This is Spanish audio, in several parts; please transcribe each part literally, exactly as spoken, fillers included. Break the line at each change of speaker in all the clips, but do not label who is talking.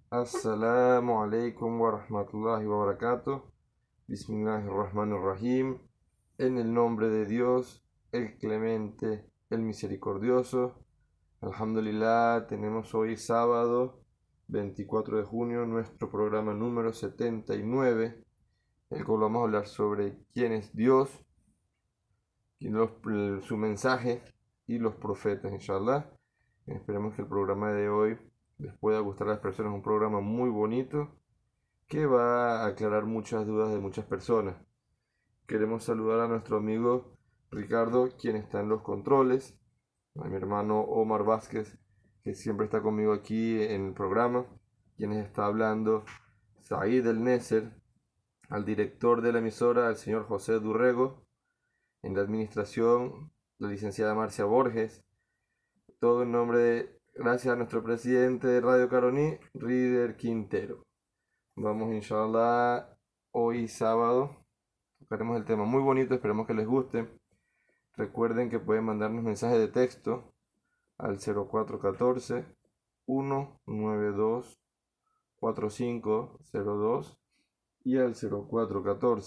Assalamu alaikum wa rahmatullahi wa barakatuh. Bismillahirrahmanirrahim. En el nombre de Dios, el clemente, el misericordioso. Alhamdulillah, tenemos hoy sábado veinticuatro de junio nuestro programa número setenta y nueve, el cual vamos a hablar sobre quién es Dios, y los, su mensaje y los profetas, inshallah. Esperemos que el programa de hoy les pueda gustar a las personas. Un programa muy bonito que va a aclarar muchas dudas de muchas personas. Queremos saludar a nuestro amigo Ricardo, quien está en los controles, a mi hermano Omar Vázquez, que siempre está conmigo aquí en el programa, quienes está hablando Said El Neser, al director de la emisora, al señor José Durrego, en la administración, la licenciada Marcia Borges, todo en nombre de, gracias a nuestro presidente de Radio Caroní, Rider Quintero. Vamos, inshallah, hoy sábado, tocaremos el tema muy bonito, esperemos que les guste. Recuerden que pueden mandarnos mensajes de texto al cero cuatro uno cuatro, uno nueve dos, cuatro cinco cero dos y al cero cuatro uno cuatro,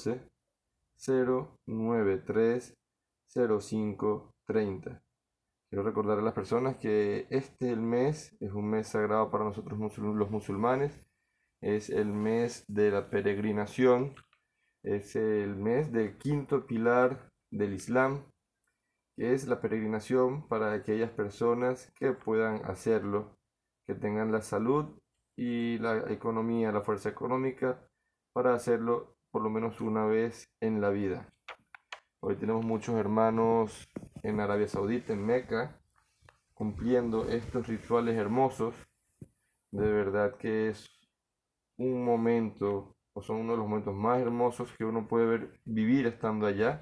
cero nueve tres, cero cinco tres cero. Quiero recordar a las personas que este el mes es un mes sagrado para nosotros los musulmanes. Es el mes de la peregrinación. Es el mes del quinto pilar del Islam, que es la peregrinación para aquellas personas que puedan hacerlo, que tengan la salud y la economía, la fuerza económica para hacerlo por lo menos una vez en la vida. Hoy tenemos muchos hermanos en Arabia Saudita, en Meca, cumpliendo estos rituales hermosos. De verdad que es un momento, o son uno de los momentos más hermosos que uno puede ver, vivir estando allá,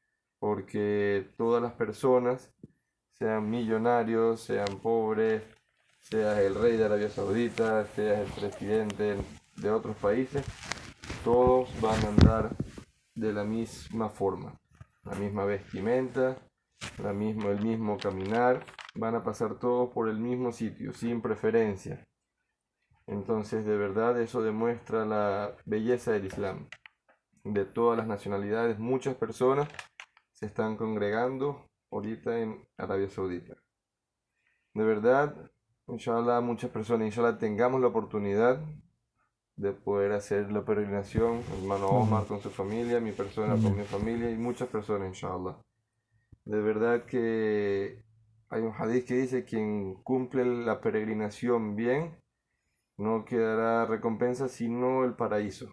porque todas las personas, sean millonarios, sean pobres, seas el rey de Arabia Saudita, seas el presidente de otros países, todos van a andar de la misma forma, la misma vestimenta, la misma, el mismo caminar, van a pasar todos por el mismo sitio, sin preferencia. Entonces, de verdad, eso demuestra la belleza del Islam. De todas las nacionalidades, muchas personas se están congregando ahorita en Arabia Saudita. De verdad, inshallah, muchas personas, inshallah, tengamos la oportunidad de poder hacer la peregrinación, mi hermano Omar con su familia, mi persona con mi familia y muchas personas, inshallah. De verdad que hay un hadith que dice: quien cumple la peregrinación bien, no quedará recompensa sino el paraíso.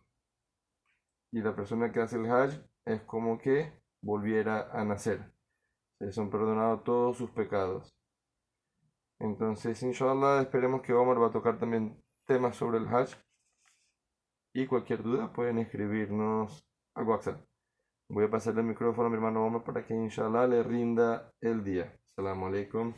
Y la persona que hace el Hajj es como que volviera a nacer. Se son perdonados todos sus pecados. Entonces, inshallah, esperemos que Omar va a tocar también temas sobre el Hajj. Y cualquier duda pueden escribirnos al WhatsApp. Voy a pasarle el micrófono a mi hermano Omar para que inshallah le rinda el día. Assalamu alaikum.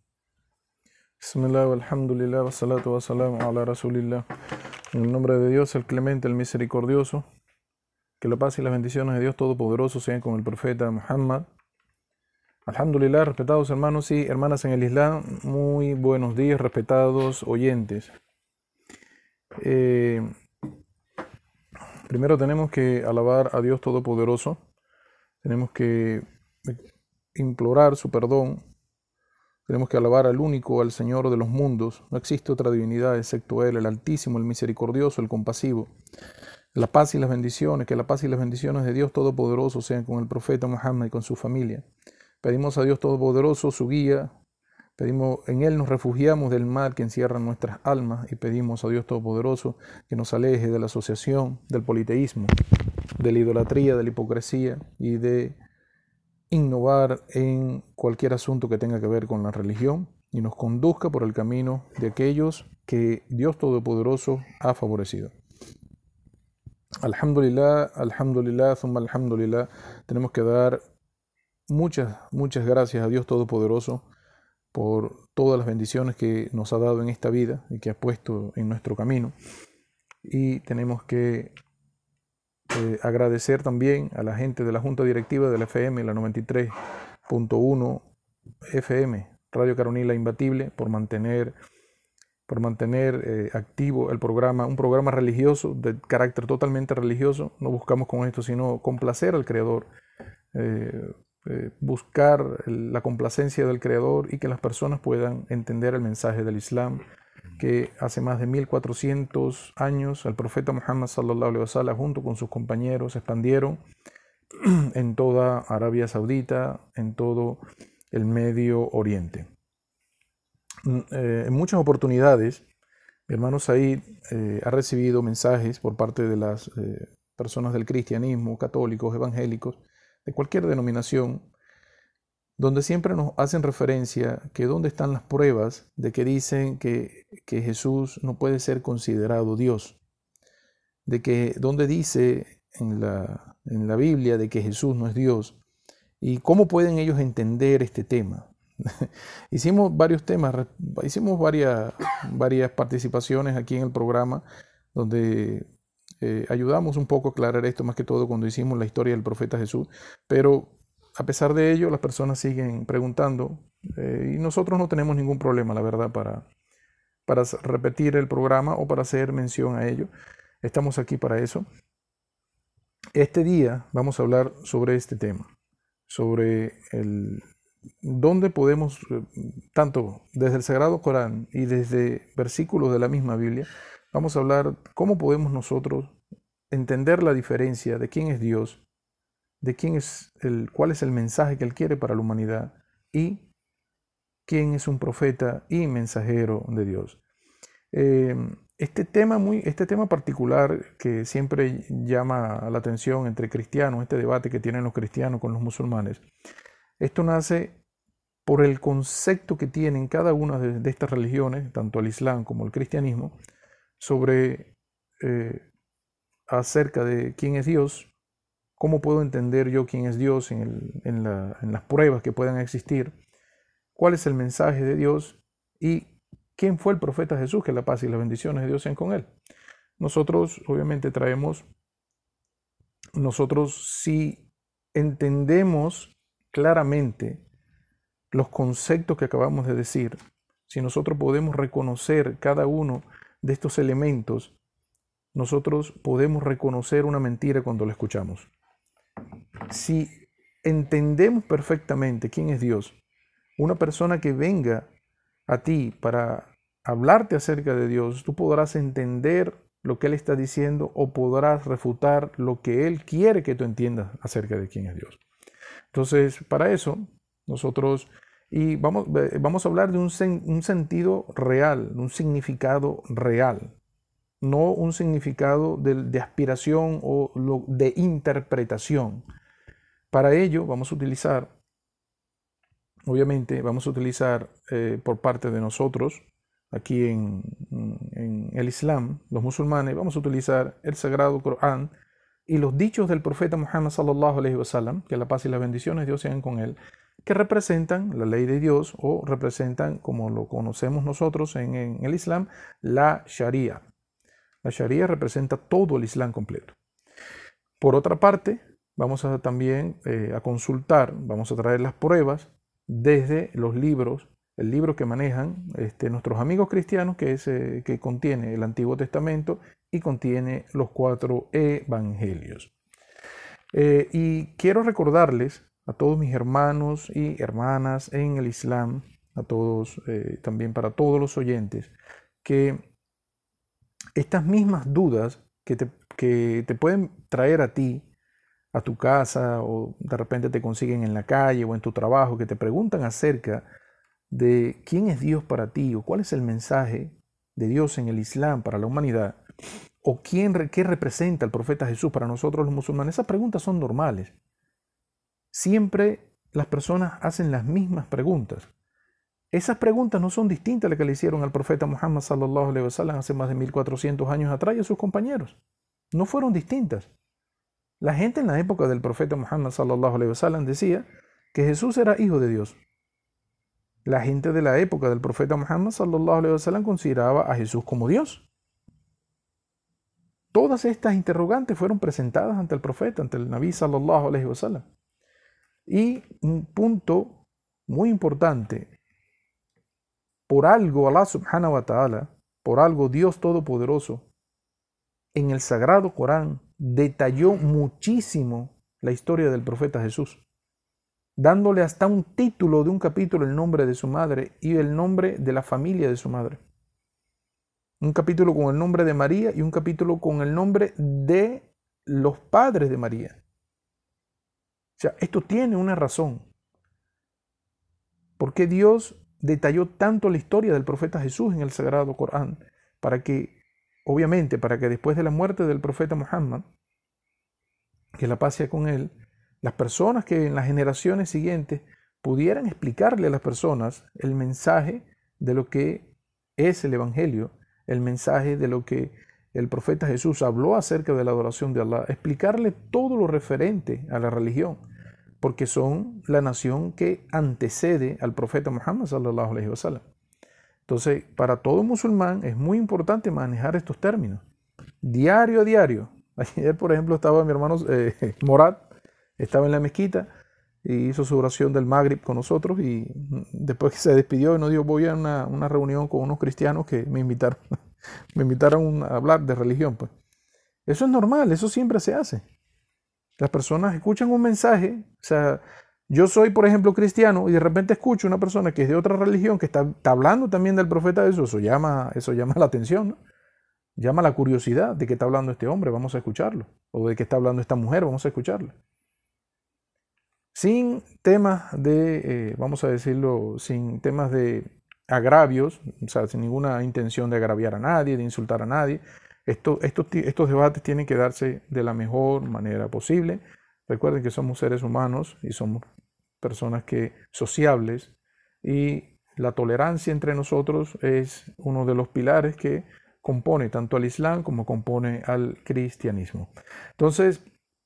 Bismillah, alhamdulillah, wa salatu wa salam ala rasulillah. En el nombre de Dios, el clemente, el misericordioso, que la paz y las bendiciones de Dios Todopoderoso sean con el profeta Muhammad. Alhamdulillah, respetados hermanos y hermanas en el Islam, muy buenos días, respetados oyentes. Eh, primero tenemos que alabar a Dios Todopoderoso, tenemos que implorar su perdón. Tenemos que alabar al único, al Señor de los mundos. No existe otra divinidad excepto Él, el Altísimo, el Misericordioso, el Compasivo. La paz y las bendiciones, que la paz y las bendiciones de Dios Todopoderoso sean con el profeta Muhammad y con su familia. Pedimos a Dios Todopoderoso su guía. Pedimos, en Él nos refugiamos del mal que encierra nuestras almas y pedimos a Dios Todopoderoso que nos aleje de la asociación, del politeísmo, de la idolatría, de la hipocresía y de innovar en cualquier asunto que tenga que ver con la religión y nos conduzca por el camino de aquellos que Dios Todopoderoso ha favorecido. Alhamdulillah, alhamdulillah, thumma alhamdulillah. Tenemos que dar muchas, muchas gracias a Dios Todopoderoso por todas las bendiciones que nos ha dado en esta vida y que ha puesto en nuestro camino. Y tenemos que Eh, agradecer también a la gente de la Junta Directiva de la F M, la noventa y tres punto uno F M, Radio Caroní La Imbatible, por mantener por mantener eh, activo el programa, un programa religioso, de carácter totalmente religioso. No buscamos con esto sino complacer al Creador, eh, eh, buscar la complacencia del Creador y que las personas puedan entender el mensaje del Islam, que hace más de mil cuatrocientos años el profeta Muhammad sallallahu alaihi wasallam junto con sus compañeros expandieron en toda Arabia Saudita, en todo el Medio Oriente. Eh, en muchas oportunidades, mi hermano Said eh, ha recibido mensajes por parte de las eh, personas del cristianismo, católicos, evangélicos, de cualquier denominación, donde siempre nos hacen referencia que dónde están las pruebas de que dicen que, que Jesús no puede ser considerado Dios, de que donde dice en la, en la Biblia de que Jesús no es Dios, y cómo pueden ellos entender este tema. Hicimos varios temas, hicimos varias, varias participaciones aquí en el programa donde eh, ayudamos un poco a aclarar esto, más que todo cuando hicimos la historia del profeta Jesús, pero a pesar de ello las personas siguen preguntando eh, y nosotros no tenemos ningún problema, la verdad, para, para repetir el programa o para hacer mención a ello. Estamos aquí para eso. Este día vamos a hablar sobre este tema, sobre el dónde podemos, tanto desde el Sagrado Corán y desde versículos de la misma Biblia, vamos a hablar cómo podemos nosotros entender la diferencia de quién es Dios, de quién es el, cuál es el mensaje que Él quiere para la humanidad y quién es un profeta y mensajero de Dios. Eh, este tema, muy, este tema particular que siempre llama la atención entre cristianos, este debate que tienen los cristianos con los musulmanes, esto nace por el concepto que tienen cada una de, de estas religiones, tanto el Islam como el cristianismo, sobre eh, acerca de quién es Dios, cómo puedo entender yo quién es Dios en, el, en, la, en las pruebas que puedan existir, cuál es el mensaje de Dios y quién fue el profeta Jesús, que la paz y las bendiciones de Dios sean con él. Nosotros obviamente traemos, nosotros sí entendemos claramente los conceptos que acabamos de decir, si nosotros podemos reconocer cada uno de estos elementos, nosotros podemos reconocer una mentira cuando la escuchamos. Si entendemos perfectamente quién es Dios, una persona que venga a ti para hablarte acerca de Dios, tú podrás entender lo que Él está diciendo o podrás refutar lo que Él quiere que tú entiendas acerca de quién es Dios. Entonces, para eso, nosotros, y vamos, vamos a hablar de un, sen, un sentido real, un significado real, no un significado de, de aspiración o lo, de interpretación. Para ello, vamos a utilizar, obviamente, vamos a utilizar eh, por parte de nosotros, aquí en, en el Islam, los musulmanes, vamos a utilizar el Sagrado Corán y los dichos del profeta Muhammad sallallahu alaihi wasallam, que la paz y las bendiciones de Dios sean con él, que representan la ley de Dios o representan, como lo conocemos nosotros en, en el Islam, la Sharia. La Sharia representa todo el Islam completo. Por otra parte, vamos a también eh, a consultar, vamos a traer las pruebas desde los libros, el libro que manejan este, nuestros amigos cristianos, que, es, eh, que contiene el Antiguo Testamento y contiene los cuatro evangelios. Eh, y quiero recordarles a todos mis hermanos y hermanas en el Islam, a todos, eh, también para todos los oyentes, que estas mismas dudas que te, que te pueden traer a ti, a tu casa, o de repente te consiguen en la calle o en tu trabajo, que te preguntan acerca de quién es Dios para ti, o cuál es el mensaje de Dios en el Islam para la humanidad, o quién, qué representa el profeta Jesús para nosotros los musulmanes. Esas preguntas son normales. Siempre las personas hacen las mismas preguntas. Esas preguntas no son distintas a las que le hicieron al profeta Muhammad sallallahu alaihi wasallam hace más de mil cuatrocientos años atrás y a sus compañeros. No fueron distintas. La gente en la época del profeta Muhammad sallallahu alaihi wasallam decía que Jesús era hijo de Dios. La gente de la época del profeta Muhammad sallallahu alaihi wasallam consideraba a Jesús como Dios. Todas estas interrogantes fueron presentadas ante el profeta, ante el Nabi sallallahu alaihi wasallam. Y un punto muy importante, por algo Allah subhanahu wa ta'ala por algo Dios Todopoderoso en el Sagrado Corán detalló muchísimo la historia del profeta Jesús, dándole hasta un título de un capítulo el nombre de su madre y el nombre de la familia de su madre. Un capítulo con el nombre de María y un capítulo con el nombre de los padres de María. O sea, esto tiene una razón. ¿Por qué Dios detalló tanto la historia del profeta Jesús en el Sagrado Corán? Para que, obviamente, para que después de la muerte del profeta Muhammad, que la paz sea con él, las personas que en las generaciones siguientes pudieran explicarle a las personas el mensaje de lo que es el Evangelio, el mensaje de lo que el profeta Jesús habló acerca de la adoración de Allah, explicarle todo lo referente a la religión, porque son la nación que antecede al profeta Muhammad sallallahu alaihi wasallam. Entonces, para todo musulmán es muy importante manejar estos términos, diario a diario. Ayer, por ejemplo, estaba mi hermano eh, Morad, estaba en la mezquita y hizo su oración del Maghrib con nosotros, y después que se despidió y nos dijo, voy a una, una reunión con unos cristianos que me invitaron, me invitaron a hablar de religión. Pues eso es normal, eso siempre se hace. Las personas escuchan un mensaje, o sea, yo soy, por ejemplo, cristiano y de repente escucho una persona que es de otra religión que está, está hablando también del profeta Jesús, eso llama, eso llama la atención, ¿no? Llama la curiosidad de qué está hablando este hombre, vamos a escucharlo. O de qué está hablando esta mujer, vamos a escucharla. Sin temas de, eh, vamos a decirlo, sin temas de agravios, o sea, sin ninguna intención de agraviar a nadie, de insultar a nadie. Esto, estos, estos debates tienen que darse de la mejor manera posible. Recuerden que somos seres humanos y somos personas que sociables, y la tolerancia entre nosotros es uno de los pilares que compone tanto al Islam como compone al cristianismo. Entonces,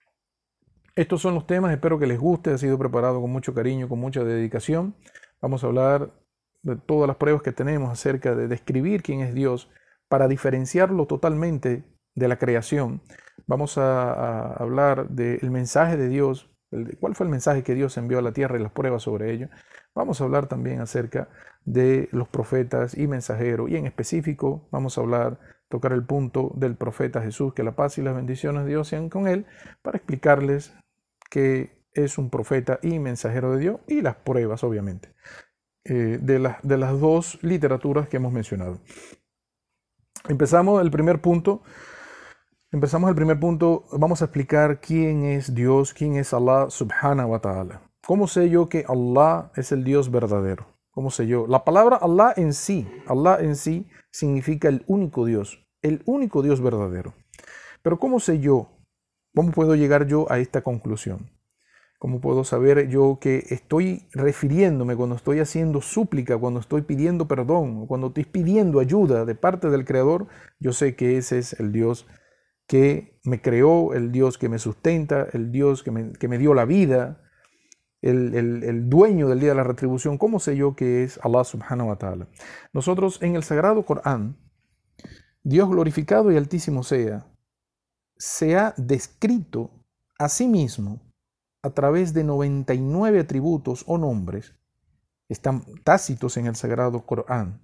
estos son los temas, espero que les guste, ha sido preparado con mucho cariño, con mucha dedicación. Vamos a hablar de todas las pruebas que tenemos acerca de describir quién es Dios para diferenciarlo totalmente de la creación. Vamos a, a hablar del mensaje de Dios, el, cuál fue el mensaje que Dios envió a la tierra y las pruebas sobre ello. Vamos a hablar también acerca de los profetas y mensajeros, y en específico vamos a hablar, tocar el punto del profeta Jesús, que la paz y las bendiciones de Dios sean con él, para explicarles que es un profeta y mensajero de Dios, y las pruebas, obviamente, eh, de, la, de las dos literaturas que hemos mencionado. Empezamos el primer punto. Empezamos el primer punto. Vamos a explicar quién es Dios, quién es Allah subhanahu wa ta'ala. ¿Cómo sé yo que Allah es el Dios verdadero? ¿Cómo sé yo? La palabra Allah en sí, Allah en sí significa el único Dios, el único Dios verdadero. Pero ¿cómo sé yo? ¿Cómo puedo llegar yo a esta conclusión? ¿Cómo puedo saber yo que estoy refiriéndome cuando estoy haciendo súplica, cuando estoy pidiendo perdón, cuando estoy pidiendo ayuda de parte del Creador? Yo sé que ese es el Dios que me creó, el Dios que me sustenta, el Dios que me, que me dio la vida, el, el, el dueño del día de la retribución. ¿Cómo sé yo que es Allah subhanahu wa ta'ala? Nosotros en el Sagrado Corán, Dios glorificado y altísimo sea, se ha descrito a sí mismo a través de noventa y nueve atributos o nombres, están tácitos en el Sagrado Corán,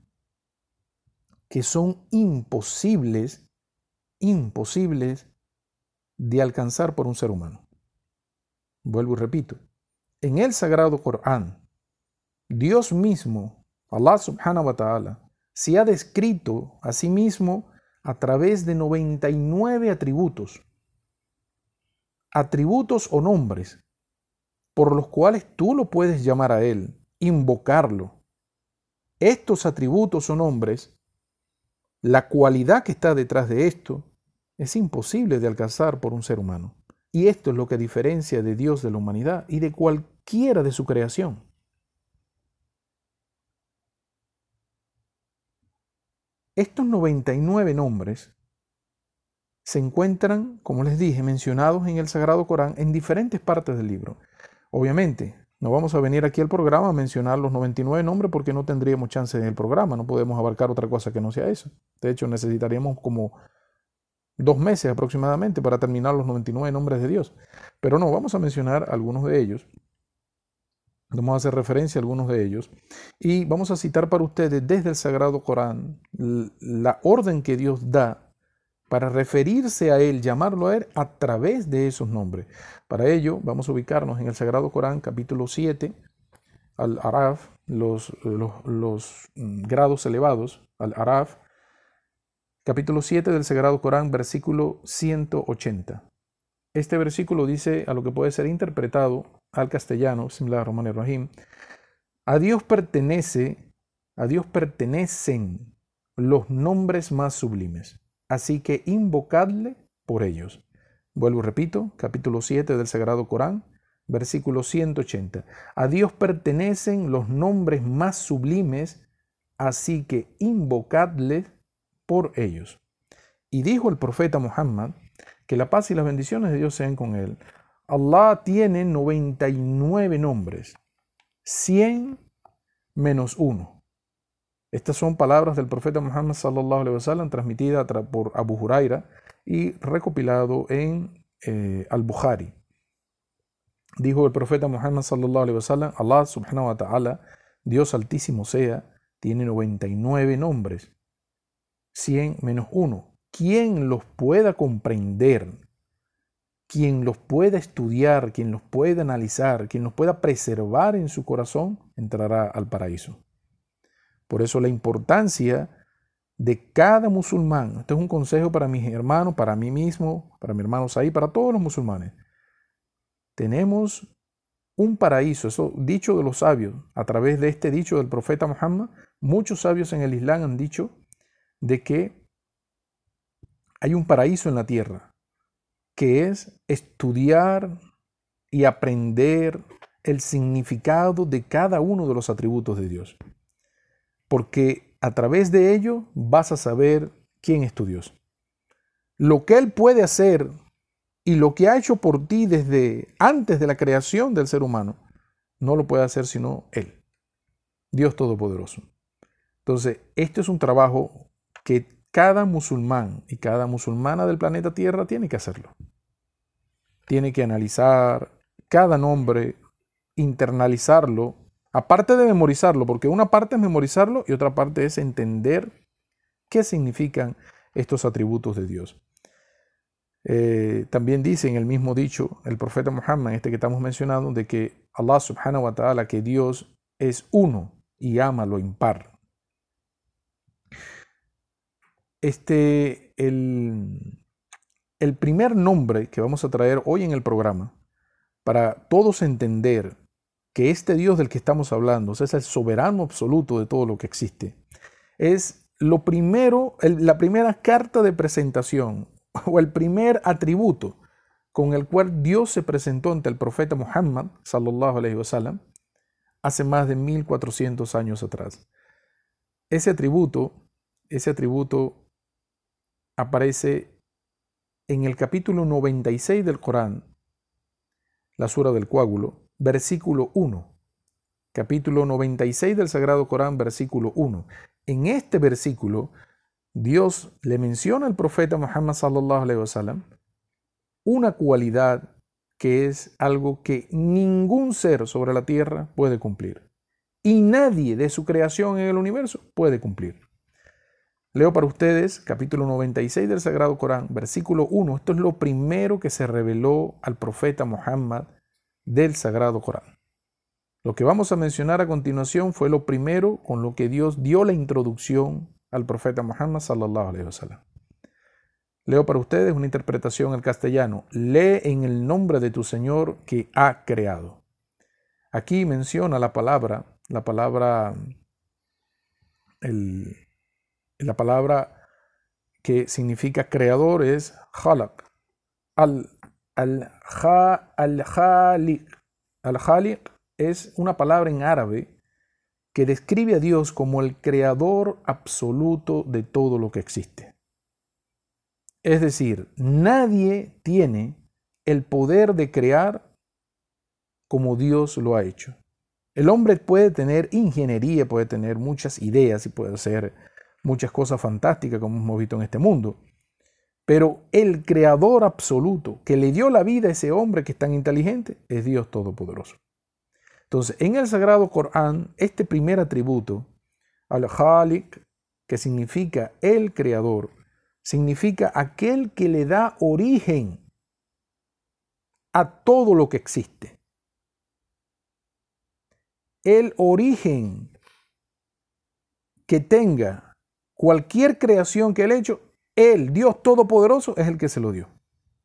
que son imposibles, imposibles de alcanzar por un ser humano. Vuelvo y repito, en el Sagrado Corán, Dios mismo, Allah subhanahu wa ta'ala, se ha descrito a sí mismo a través de noventa y nueve atributos, atributos o nombres, por los cuales tú lo puedes llamar a Él, invocarlo. Estos atributos o nombres, la cualidad que está detrás de esto, es imposible de alcanzar por un ser humano. Y esto es lo que diferencia de Dios de la humanidad y de cualquiera de su creación. Estos noventa y nueve nombres se encuentran, como les dije, mencionados en el Sagrado Corán en diferentes partes del libro. Obviamente, no vamos a venir aquí al programa a mencionar los noventa y nueve nombres porque no tendríamos chance en el programa, no podemos abarcar otra cosa que no sea eso. De hecho, necesitaríamos como dos meses aproximadamente para terminar los noventa y nueve nombres de Dios. Pero no, vamos a mencionar algunos de ellos Vamos a hacer referencia a algunos de ellos y vamos a citar para ustedes desde el Sagrado Corán la orden que Dios da para referirse a Él, llamarlo a Él a través de esos nombres. Para ello vamos a ubicarnos en el Sagrado Corán, capítulo siete, Al-Araf, los, los, los grados elevados, Al-Araf, capítulo siete del Sagrado Corán, versículo ciento ochenta. Este versículo dice a lo que puede ser interpretado al castellano, Bismillahir-Rahmanir-Rahim, a Dios pertenece, a Dios pertenecen los nombres más sublimes, así que invocadle por ellos. Vuelvo y repito, capítulo siete del Sagrado Corán, versículo ciento ochenta. A Dios pertenecen los nombres más sublimes, así que invocadle por ellos. Y dijo el profeta Muhammad, que la paz y las bendiciones de Dios sean con él. Allah tiene noventa y nueve nombres, cien menos uno. Estas son palabras del profeta Muhammad sallallahu alaihi wasallam, transmitidas por Abu Huraira y recopilado en eh, Al-Bukhari. Dijo el profeta Muhammad sallallahu alaihi wasallam, Allah subhanahu wa ta'ala, Dios altísimo sea, tiene noventa y nueve nombres, cien menos uno. Quien los pueda comprender, quien los pueda estudiar, quien los pueda analizar, quien los pueda preservar en su corazón, entrará al paraíso. Por eso la importancia de cada musulmán, este es un consejo para mis hermanos, para mí mismo, para mis hermanos ahí, para todos los musulmanes. Tenemos un paraíso, eso dicho de los sabios, a través de este dicho del profeta Muhammad, muchos sabios en el Islam han dicho de que hay un paraíso en la tierra, que es estudiar y aprender el significado de cada uno de los atributos de Dios. Porque a través de ello vas a saber quién es tu Dios. Lo que Él puede hacer y lo que ha hecho por ti desde antes de la creación del ser humano, no lo puede hacer sino Él, Dios Todopoderoso. Entonces, este es un trabajo que cada musulmán y cada musulmana del planeta Tierra tiene que hacerlo. Tiene que analizar cada nombre, internalizarlo, aparte de memorizarlo, porque una parte es memorizarlo y otra parte es entender qué significan estos atributos de Dios. Eh, también dice en el mismo dicho el profeta Muhammad, este que estamos mencionando, de que Allah subhanahu wa ta'ala, que Dios es uno y ama lo impar. Este, el, el primer nombre que vamos a traer hoy en el programa, para todos entender que este Dios del que estamos hablando es el soberano absoluto de todo lo que existe, es lo primero, el, la primera carta de presentación o el primer atributo con el cual Dios se presentó ante el profeta Muhammad sallallahu alaihi wasallam hace más de mil cuatrocientos años atrás. Ese atributo, ese atributo aparece en el capítulo noventa y seis del Corán, la sura del coágulo, versículo uno. Capítulo noventa y seis del Sagrado Corán, versículo uno. En este versículo, Dios le menciona al profeta Muhammad sallallahu alaihi wasallam una cualidad que es algo que ningún ser sobre la tierra puede cumplir y nadie de su creación en el universo puede cumplir. Leo para ustedes capítulo noventa y seis del Sagrado Corán, versículo uno. Esto es lo primero que se reveló al profeta Muhammad del Sagrado Corán. Lo que vamos a mencionar a continuación fue lo primero con lo que Dios dio la introducción al profeta Muhammad sallallahu alaihi wasallam. Leo para ustedes una interpretación al castellano. Lee en el nombre de tu Señor que ha creado. Aquí menciona la palabra, la palabra, el, la palabra que significa creador es khalaq. Al, al, al, al khaliq. Al khaliq es una palabra en árabe que describe a Dios como el creador absoluto de todo lo que existe. Es decir, nadie tiene el poder de crear como Dios lo ha hecho. El hombre puede tener ingeniería, puede tener muchas ideas y puede hacer muchas cosas fantásticas como hemos visto en este mundo. Pero el creador absoluto que le dio la vida a ese hombre que es tan inteligente es Dios Todopoderoso. Entonces, en el Sagrado Corán, este primer atributo, al-Khaliq, que significa el creador, significa aquel que le da origen a todo lo que existe. El origen que tenga cualquier creación que él ha hecho, él, Dios Todopoderoso, es el que se lo dio.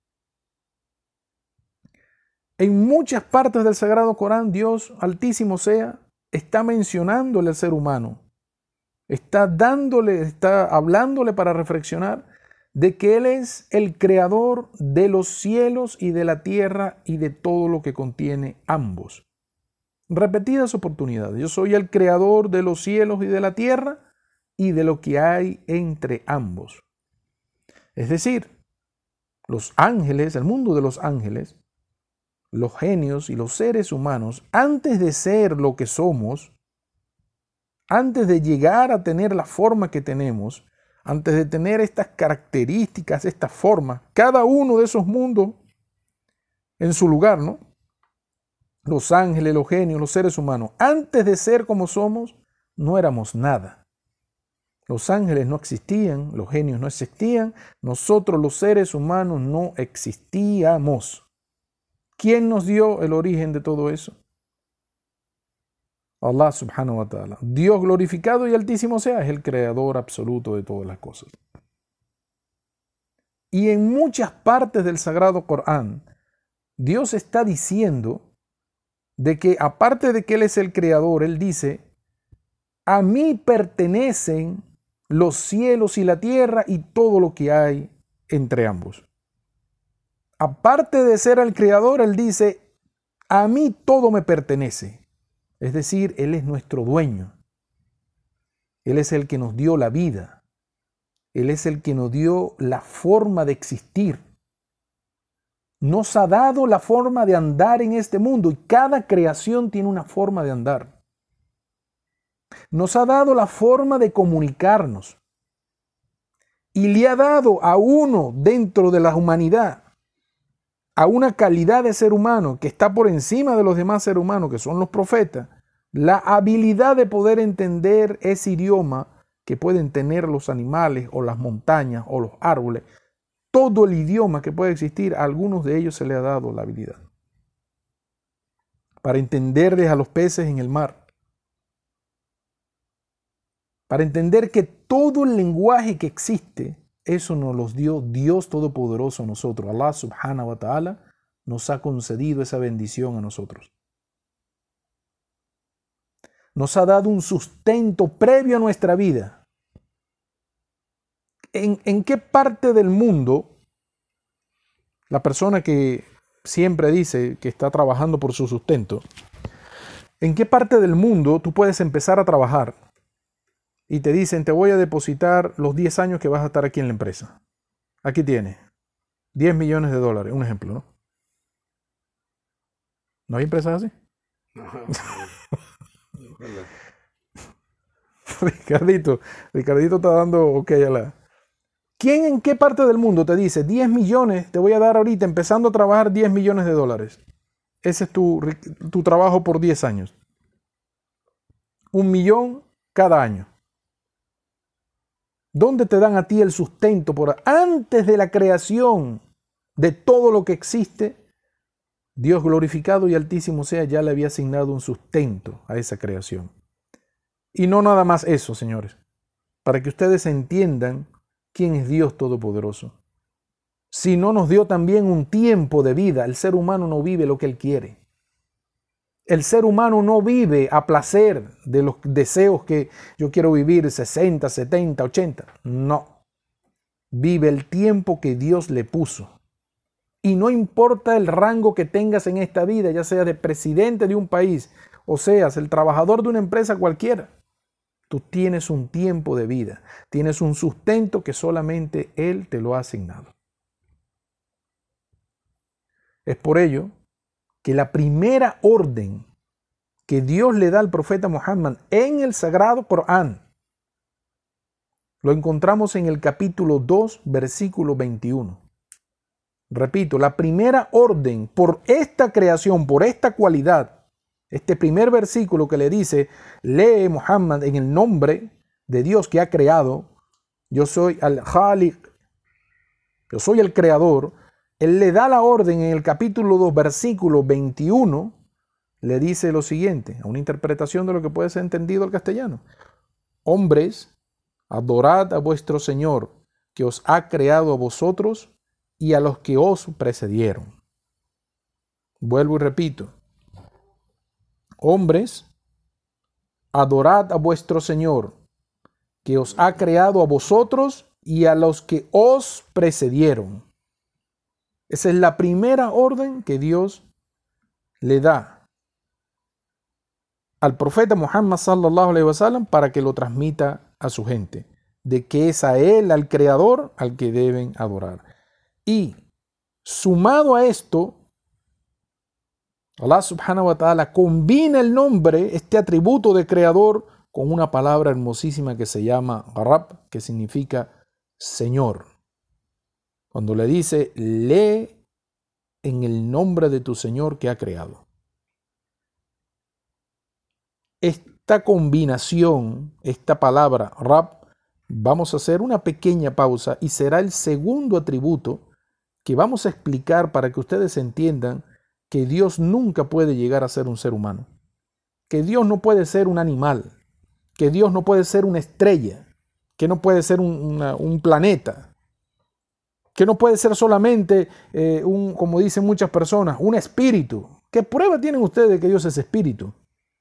En muchas partes del Sagrado Corán, Dios Altísimo sea, está mencionándole al ser humano, está dándole, está hablándole para reflexionar de que Él es el creador de los cielos y de la tierra y de todo lo que contiene ambos. Repetidas oportunidades. Yo soy el creador de los cielos y de la tierra y de lo que hay entre ambos. Es decir, los ángeles, el mundo de los ángeles, los genios y los seres humanos, antes de ser lo que somos, antes de llegar a tener la forma que tenemos, antes de tener estas características, estas formas, cada uno de esos mundos en su lugar, ¿no? Los ángeles, los genios, los seres humanos, antes de ser como somos, no éramos nada. Los ángeles no existían, los genios no existían, nosotros los seres humanos no existíamos. ¿Quién nos dio el origen de todo eso? Allah subhanahu wa ta'ala. Dios glorificado y altísimo sea, es el creador absoluto de todas las cosas. Y en muchas partes del Sagrado Corán, Dios está diciendo de que aparte de que Él es el creador, Él dice, a mí pertenecen los cielos y la tierra y todo lo que hay entre ambos. Aparte de ser el creador, Él dice, a mí todo me pertenece. Es decir, Él es nuestro dueño. Él es el que nos dio la vida. Él es el que nos dio la forma de existir. Nos ha dado la forma de andar en este mundo y cada creación tiene una forma de andar. Nos ha dado la forma de comunicarnos y le ha dado a uno dentro de la humanidad, a una calidad de ser humano que está por encima de los demás seres humanos, que son los profetas, la habilidad de poder entender ese idioma que pueden tener los animales o las montañas o los árboles. Todo el idioma que puede existir, a algunos de ellos se le ha dado la habilidad para entenderles a los peces en el mar, para entender que todo el lenguaje que existe, eso nos los dio Dios Todopoderoso a nosotros. Allah subhanahu wa ta'ala nos ha concedido esa bendición a nosotros. Nos ha dado un sustento previo a nuestra vida. ¿En, en qué parte del mundo la persona que siempre dice que está trabajando por su sustento, en qué parte del mundo tú puedes empezar a trabajar y te dicen, te voy a depositar los diez años que vas a estar aquí en la empresa? Aquí tienes diez millones de dólares, un ejemplo, ¿no? ¿No hay empresas así? No. Ricardito, Ricardito está dando ok a la... ¿Quién en qué parte del mundo te dice diez millones, te voy a dar ahorita empezando a trabajar diez millones de dólares? Ese es tu, tu trabajo por diez años. Un millón cada año. ¿Dónde te dan a ti el sustento? Por antes de la creación de todo lo que existe, Dios glorificado y altísimo sea, ya le había asignado un sustento a esa creación. Y no nada más eso, señores, para que ustedes entiendan quién es Dios Todopoderoso. Si no nos dio también un tiempo de vida, el ser humano no vive lo que él quiere. El ser humano no vive a placer de los deseos que yo quiero vivir sesenta, setenta, ochenta. No. Vive el tiempo que Dios le puso. Y no importa el rango que tengas en esta vida, ya seas de presidente de un país o seas el trabajador de una empresa cualquiera, tú tienes un tiempo de vida, tienes un sustento que solamente Él te lo ha asignado. Es por ello que la primera orden que Dios le da al profeta Muhammad en el Sagrado Corán lo encontramos en el capítulo dos, versículo veintiuno. Repito, la primera orden por esta creación, por esta cualidad, Este primer versículo que le dice, lee Muhammad en el nombre de Dios que ha creado, yo soy al-Khaliq, yo soy el creador. Él le da la orden en el capítulo dos, versículo veintiuno, le dice lo siguiente, a una interpretación de lo que puede ser entendido al castellano. Hombres, adorad a vuestro Señor, que os ha creado a vosotros y a los que os precedieron. Vuelvo y repito. Hombres, adorad a vuestro Señor, que os ha creado a vosotros y a los que os precedieron. Esa es la primera orden que Dios le da al profeta Muhammad sallallahu alaihi wasallam para que lo transmita a su gente, de que es a él, al creador, al que deben adorar. Y sumado a esto, Allah subhanahu wa ta'ala combina el nombre, este atributo de creador, con una palabra hermosísima que se llama Rabb, que significa Señor. Cuando le dice, lee en el nombre de tu Señor que ha creado. Esta combinación, esta palabra Rabb, vamos a hacer una pequeña pausa y será el segundo atributo que vamos a explicar para que ustedes entiendan que Dios nunca puede llegar a ser un ser humano, que Dios no puede ser un animal, que Dios no puede ser una estrella, que no puede ser un, una, un planeta, que no puede ser solamente, eh, un, como dicen muchas personas, un espíritu. ¿Qué prueba tienen ustedes de que Dios es espíritu?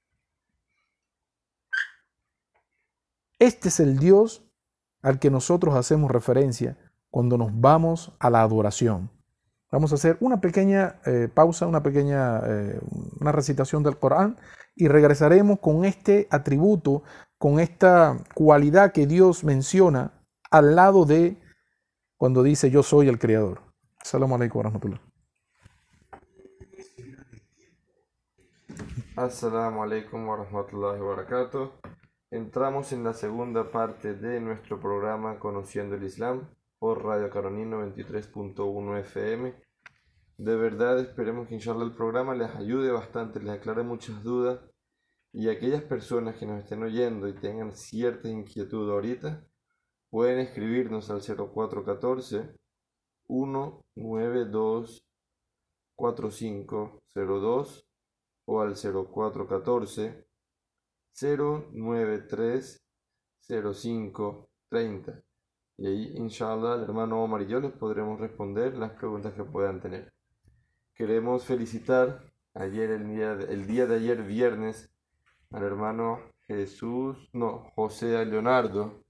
Este es el Dios al que nosotros hacemos referencia cuando nos vamos a la adoración. Vamos a hacer una pequeña eh, pausa, una pequeña eh, una recitación del Corán y regresaremos con este atributo, con esta cualidad que Dios menciona al lado de cuando dice yo soy el creador. Assalamu alaikum wa rahmatullah.
Assalamu alaikum wa rahmatullahi wa barakatuh. Entramos en la segunda parte de nuestro programa Conociendo el Islam por Radio Caroní noventa y tres punto uno F M. De verdad esperemos que inshallah el programa les ayude bastante, les aclare muchas dudas, y aquellas personas que nos estén oyendo y tengan cierta inquietud ahorita pueden escribirnos al cero cuatro uno cuatro, uno nueve dos, cuatro cinco cero dos o al cero cuatro uno cuatro, cero nueve tres, cero cinco tres cero. Y ahí, inshallah, el hermano Omar y yo les podremos responder las preguntas que puedan tener. Queremos felicitar ayer, el día de, el día de ayer, viernes, al hermano Jesús, no, José Leonardo,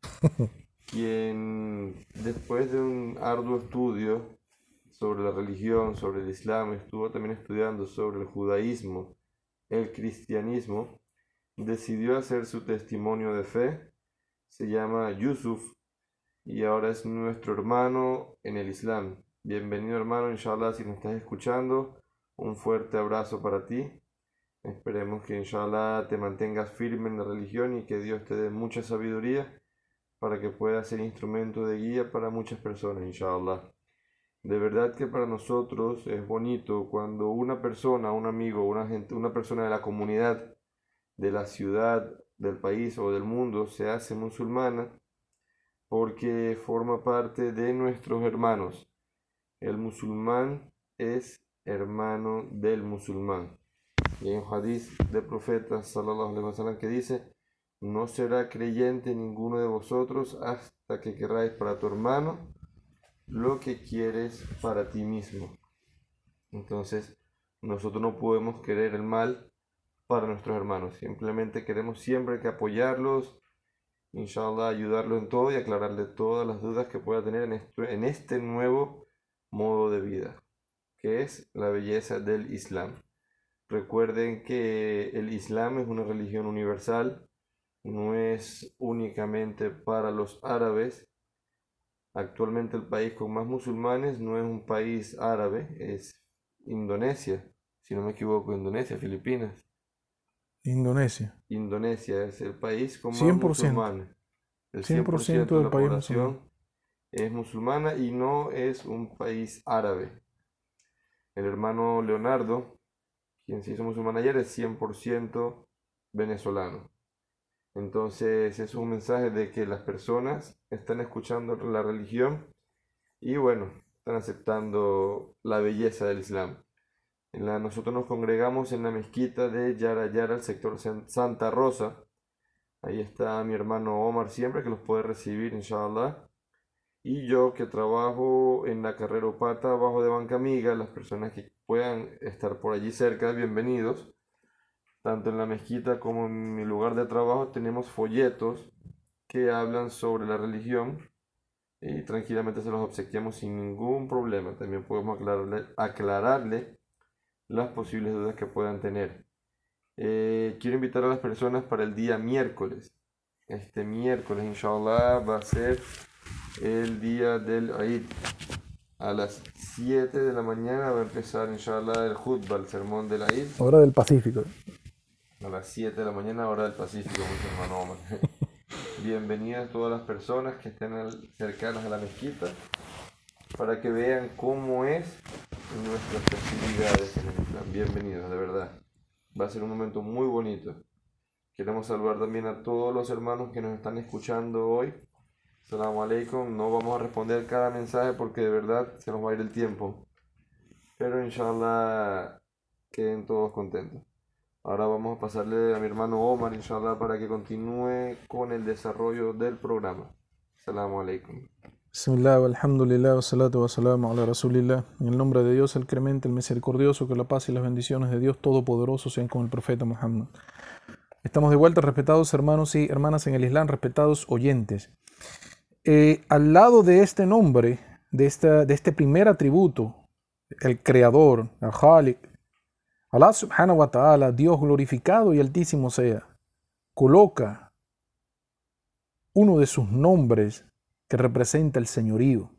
quien después de un arduo estudio sobre la religión, sobre el Islam, estuvo también estudiando sobre el judaísmo, el cristianismo, decidió hacer su testimonio de fe. Se llama Yusuf y ahora es nuestro hermano en el Islam. Bienvenido, hermano, inshallah, si nos estás escuchando, un fuerte abrazo para ti. Esperemos que inshallah te mantengas firme en la religión y que Dios te dé mucha sabiduría para que puedas ser instrumento de guía para muchas personas, inshallah. De verdad que para nosotros es bonito cuando una persona, un amigo, una gente, una persona de la comunidad, de la ciudad, del país o del mundo se hace musulmana, porque forma parte de nuestros hermanos. El musulmán es hermano del musulmán. Y hay un hadith del profeta sallallahu alaihi wasallam que dice: no será creyente ninguno de vosotros hasta que queráis para tu hermano lo que quieres para ti mismo. Entonces, nosotros no podemos querer el mal para nuestros hermanos. Simplemente queremos siempre que apoyarlos, inshallah, ayudarlos en todo y aclararle todas las dudas que pueda tener en, esto, en este nuevo modo de vida, que es la belleza del Islam. Recuerden que el Islam es una religión universal, no es únicamente para los árabes. Actualmente el país con más musulmanes no es un país árabe, es Indonesia, si no me equivoco, Indonesia, Filipinas.
Indonesia.
Indonesia es el país con más
cien por ciento.
musulmanes. El
cien por ciento
de
del
la
país
población
musulmán.
es musulmana y no es un país árabe. El hermano Leonardo, quien se hizo musulmán ayer, es cien por ciento venezolano. Entonces es un mensaje de que las personas están escuchando la religión y bueno, están aceptando la belleza del Islam. En la, nosotros nos congregamos en la mezquita de Yara Yara, el sector Santa Rosa. Ahí está mi hermano Omar siempre, que los puede recibir, inshallah. Y yo que trabajo en la carrera Upata, abajo de Banca Amiga, las personas que puedan estar por allí cerca, bienvenidos. Tanto en la mezquita como en mi lugar de trabajo tenemos folletos que hablan sobre la religión y tranquilamente se los obsequiamos sin ningún problema. También podemos aclararle, aclararle las posibles dudas que puedan tener. Eh, quiero invitar a las personas para el día miércoles. Este miércoles, inshallah, va a ser el día del Eid. A las siete de la mañana va a empezar, inshallah, el khutbah, el sermón del Eid.
Hora del Pacífico.
A las siete de la mañana, hora del Pacífico, mi hermano Omar. Bienvenidas todas las personas que estén cercanas a la mezquita para que vean cómo es nuestras festividades en el Islam. Bienvenidos, de verdad. Va a ser un momento muy bonito. Queremos saludar también a todos los hermanos que nos están escuchando hoy. Assalamu alaikum. No vamos a responder cada mensaje porque de verdad se nos va a ir el tiempo. Pero inshallah queden todos contentos. Ahora vamos a pasarle a mi hermano Omar, inshallah, para que continúe con el desarrollo del programa. Assalamu alaikum.
Bismillah, alhamdulillah, wa salatu wa salamu ala rasulillah. En el nombre de Dios, el clemente, el misericordioso, que la paz y las bendiciones de Dios Todopoderoso sean con el profeta Muhammad. Estamos de vuelta, respetados hermanos y hermanas en el Islam, respetados oyentes. Eh, al lado de este nombre, de, esta, de este primer atributo, el Creador, el Khaliq, Allah subhanahu wa ta'ala, Dios glorificado y altísimo sea, coloca uno de sus nombres que representa el señorío.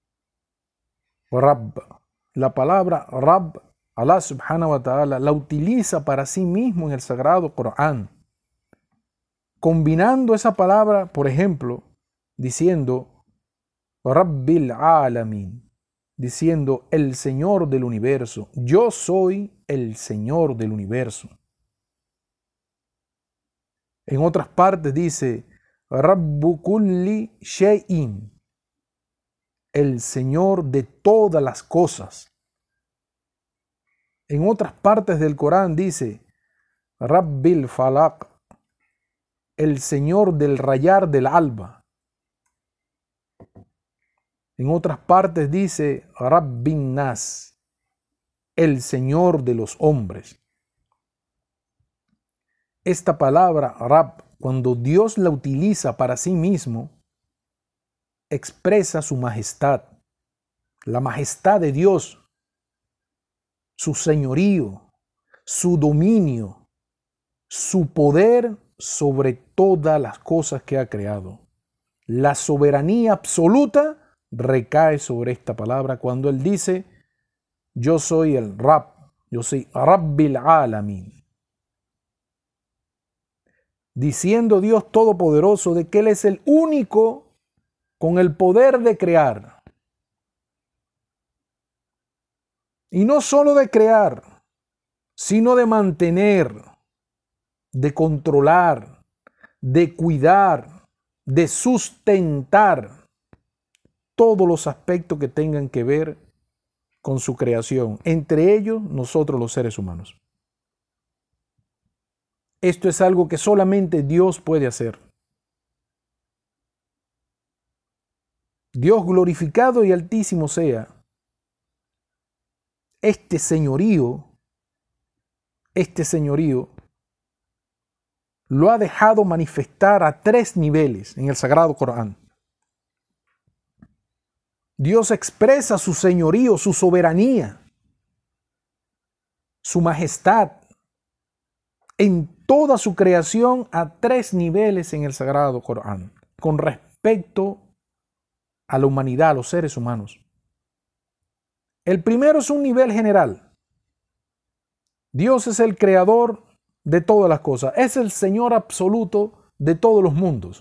Rabb. La palabra Rabb, Allah subhanahu wa ta'ala, la utiliza para sí mismo en el sagrado Corán, combinando esa palabra, por ejemplo, diciendo Rabbil Alamin, diciendo el Señor del universo. Yo soy el Señor del universo. En otras partes dice Rabbu kulli shay'in, el Señor de todas las cosas. En otras partes del Corán dice Rabbil Falaq, el Señor del rayar del alba. En otras partes dice Rabbin Nas, el Señor de los hombres. Esta palabra Rabb, cuando Dios la utiliza para sí mismo, expresa su majestad, la majestad de Dios, su señorío, su dominio, su poder sobre todas las cosas que ha creado. La soberanía absoluta recae sobre esta palabra cuando Él dice, yo soy el Rabb, yo soy Rabbil Alamin. Diciendo Dios Todopoderoso de que Él es el único con el poder de crear. Y no solo de crear, sino de mantener, de controlar, de cuidar, de sustentar todos los aspectos que tengan que ver con su creación, entre ellos nosotros los seres humanos. Esto es algo que solamente Dios puede hacer. Dios glorificado y altísimo sea. Este señorío, este señorío lo ha dejado manifestar a tres niveles en el Sagrado Corán. Dios expresa su señorío, su soberanía, su majestad en toda su creación a tres niveles en el Sagrado Corán, con respecto a la humanidad, a los seres humanos. El primero es un nivel general. Dios es el creador de todas las cosas, es el Señor absoluto de todos los mundos.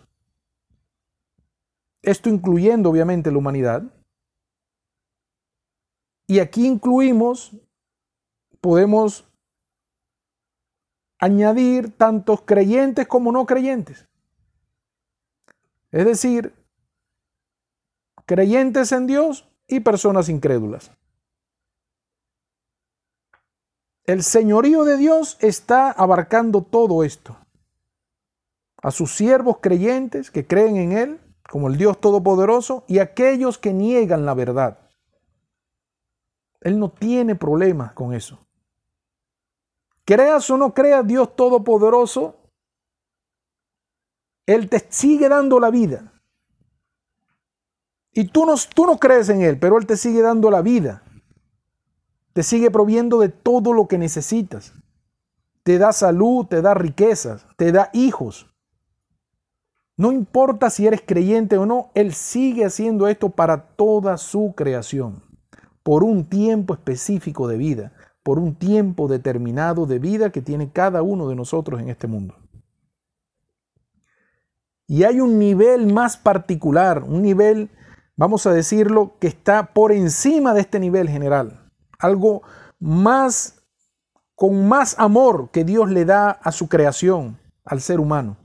Esto incluyendo obviamente la humanidad. Y aquí incluimos, podemos añadir tantos creyentes como no creyentes. Es decir, creyentes en Dios y personas incrédulas. El señorío de Dios está abarcando todo esto. A sus siervos creyentes que creen en Él, como el Dios Todopoderoso, y aquellos que niegan la verdad. Él no tiene problemas con eso. Creas o no creas, Dios Todopoderoso, Él te sigue dando la vida. Y tú no, tú no crees en Él, pero Él te sigue dando la vida. Te sigue proviendo de todo lo que necesitas. Te da salud, te da riquezas, te da hijos. No importa si eres creyente o no, Él sigue haciendo esto para toda su creación, por un tiempo específico de vida, por un tiempo determinado de vida que tiene cada uno de nosotros en este mundo. Y hay un nivel más particular, un nivel, vamos a decirlo, que está por encima de este nivel general. Algo más, con más amor que Dios le da a su creación, al ser humano.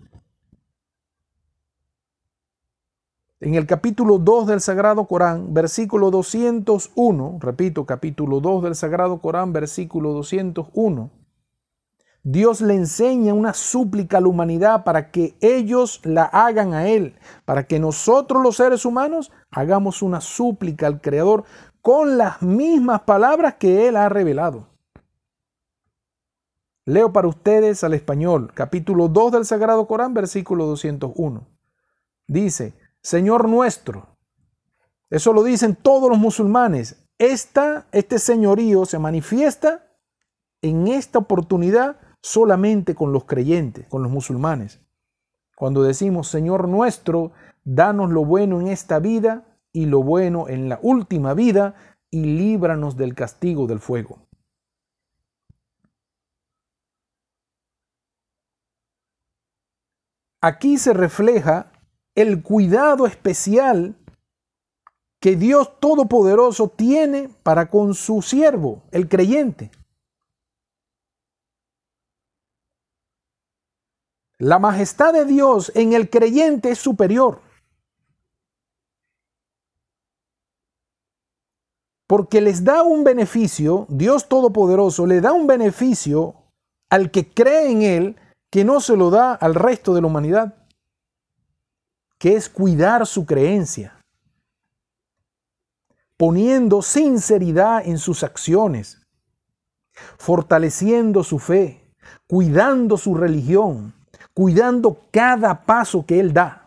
En el capítulo dos del Sagrado Corán, versículo doscientos uno, repito, capítulo dos del Sagrado Corán, versículo doscientos uno, Dios le enseña una súplica a la humanidad para que ellos la hagan a Él, para que nosotros los seres humanos hagamos una súplica al Creador con las mismas palabras que Él ha revelado. Leo para ustedes al español, capítulo dos del Sagrado Corán, versículo doscientos uno. Dice: Señor nuestro, eso lo dicen todos los musulmanes, esta, este señorío se manifiesta en esta oportunidad solamente con los creyentes, con los musulmanes. Cuando decimos, Señor nuestro, danos lo bueno en esta vida y lo bueno en la última vida y líbranos del castigo del fuego. Aquí se refleja el cuidado especial que Dios Todopoderoso tiene para con su siervo, el creyente. La majestad de Dios en el creyente es superior. Porque les da un beneficio, Dios Todopoderoso le da un beneficio al que cree en Él que no se lo da al resto de la humanidad, que es cuidar su creencia, poniendo sinceridad en sus acciones, fortaleciendo su fe, cuidando su religión, cuidando cada paso que Él da.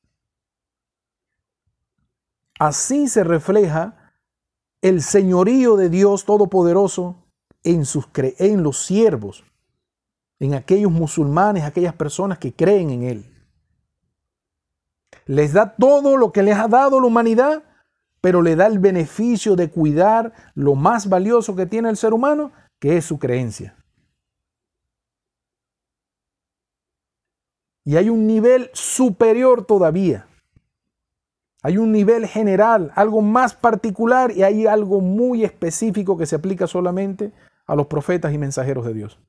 Así se refleja el señorío de Dios Todopoderoso en, sus, en los siervos, en aquellos musulmanes, aquellas personas que creen en Él. Les da todo lo que les ha dado la humanidad, pero le da el beneficio de cuidar lo más valioso que tiene el ser humano, que es su creencia. Y hay un nivel superior todavía. Hay un nivel general, algo más particular, y hay algo muy específico que se aplica solamente a los profetas y mensajeros de Dios.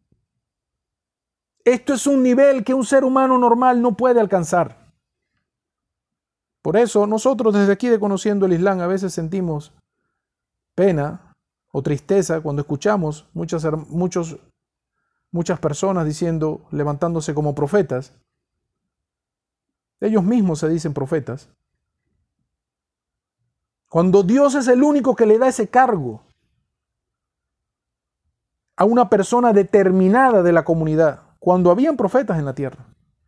Esto es un nivel que un ser humano normal no puede alcanzar. Por eso nosotros desde aquí de Conociendo el Islam a veces sentimos pena o tristeza cuando escuchamos muchas, muchos, muchas personas diciendo, levantándose como profetas. Ellos mismos se dicen profetas. Cuando Dios es el único que le da ese cargo a una persona determinada de la comunidad, cuando habían profetas en la tierra.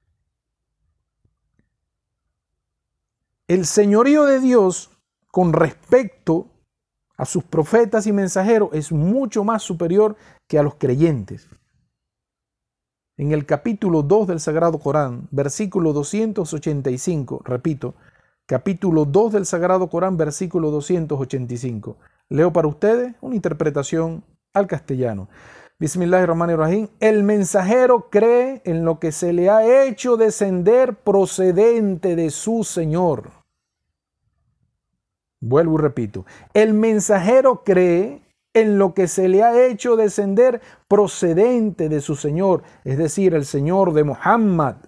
El señorío de Dios con respecto a sus profetas y mensajeros es mucho más superior que a los creyentes. En el capítulo dos del Sagrado Corán, versículo doscientos ochenta y cinco, repito, capítulo dos del Sagrado Corán, versículo doscientos ochenta y cinco. Leo para ustedes una interpretación al castellano. Bismillahirrahmanirrahim. El mensajero cree en lo que se le ha hecho descender procedente de su Señor. Vuelvo y repito. El mensajero cree en lo que se le ha hecho descender procedente de su Señor, es decir, el Señor de Muhammad.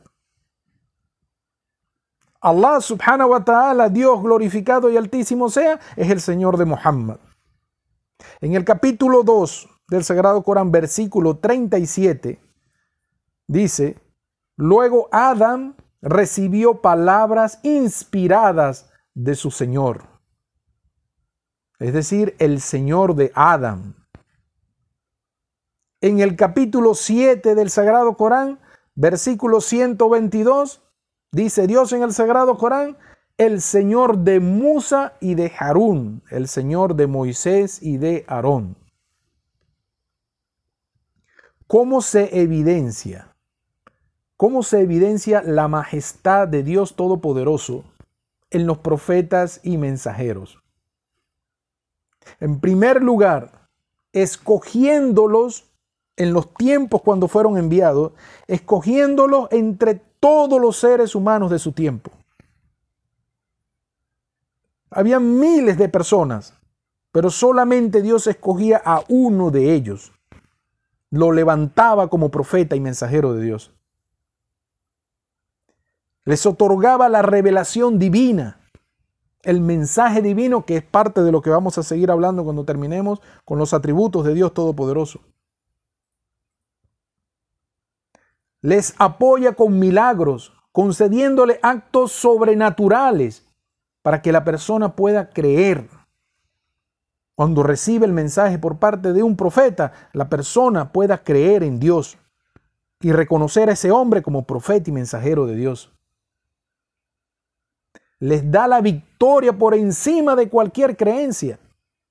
Allah subhanahu wa ta'ala, Dios glorificado y altísimo sea, es el Señor de Muhammad. En el capítulo dos del Sagrado Corán, versículo treinta y siete, dice: luego Adán recibió palabras inspiradas de su Señor, es decir, el Señor de Adán. En el capítulo siete del Sagrado Corán, versículo ciento veintidós, dice Dios en el Sagrado Corán: el Señor de Musa y de Harún, el Señor de Moisés y de Aarón. ¿Cómo se evidencia? ¿Cómo se evidencia la majestad de Dios Todopoderoso en los profetas y mensajeros? En primer lugar, escogiéndolos en los tiempos cuando fueron enviados, escogiéndolos entre todos los seres humanos de su tiempo. Había miles de personas, pero solamente Dios escogía a uno de ellos. Lo levantaba como profeta y mensajero de Dios. Les otorgaba la revelación divina, el mensaje divino, que es parte de lo que vamos a seguir hablando cuando terminemos con los atributos de Dios Todopoderoso. Les apoya con milagros, concediéndole actos sobrenaturales para que la persona pueda creer. Cuando recibe el mensaje por parte de un profeta, la persona pueda creer en Dios y reconocer a ese hombre como profeta y mensajero de Dios. Les da la victoria por encima de cualquier creencia.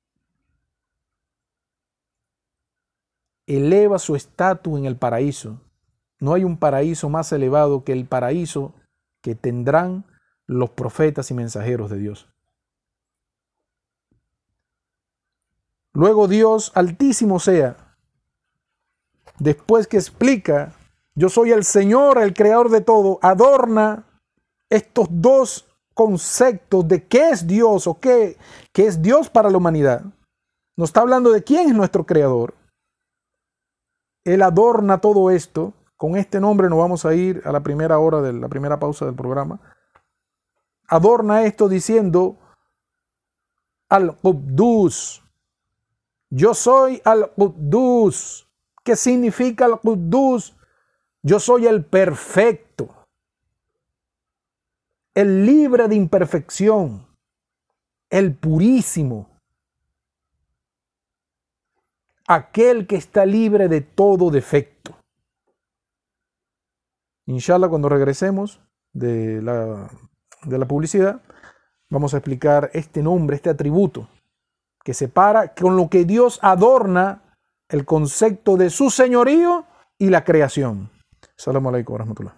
Eleva su estatus en el paraíso. No hay un paraíso más elevado que el paraíso que tendrán los profetas y mensajeros de Dios. Luego Dios altísimo sea, después que explica: yo soy el Señor, el creador de todo, adorna estos dos conceptos de qué es Dios o qué, qué es Dios para la humanidad. Nos está hablando de quién es nuestro creador. Él adorna todo esto. Con este nombre nos vamos a ir a la primera hora de la primera pausa del programa. Adorna esto diciendo: Al-Quddus. Yo soy Al-Quddus. ¿Qué significa Al-Quddus? Yo soy el perfecto, el libre de imperfección, el purísimo, aquel que está libre de todo defecto. Inshallah, cuando regresemos de la, de la publicidad, vamos a explicar este nombre, este atributo, que separa con lo que Dios adorna el concepto de su señorío y la creación. Assalamu alaikum wa rahmatullah.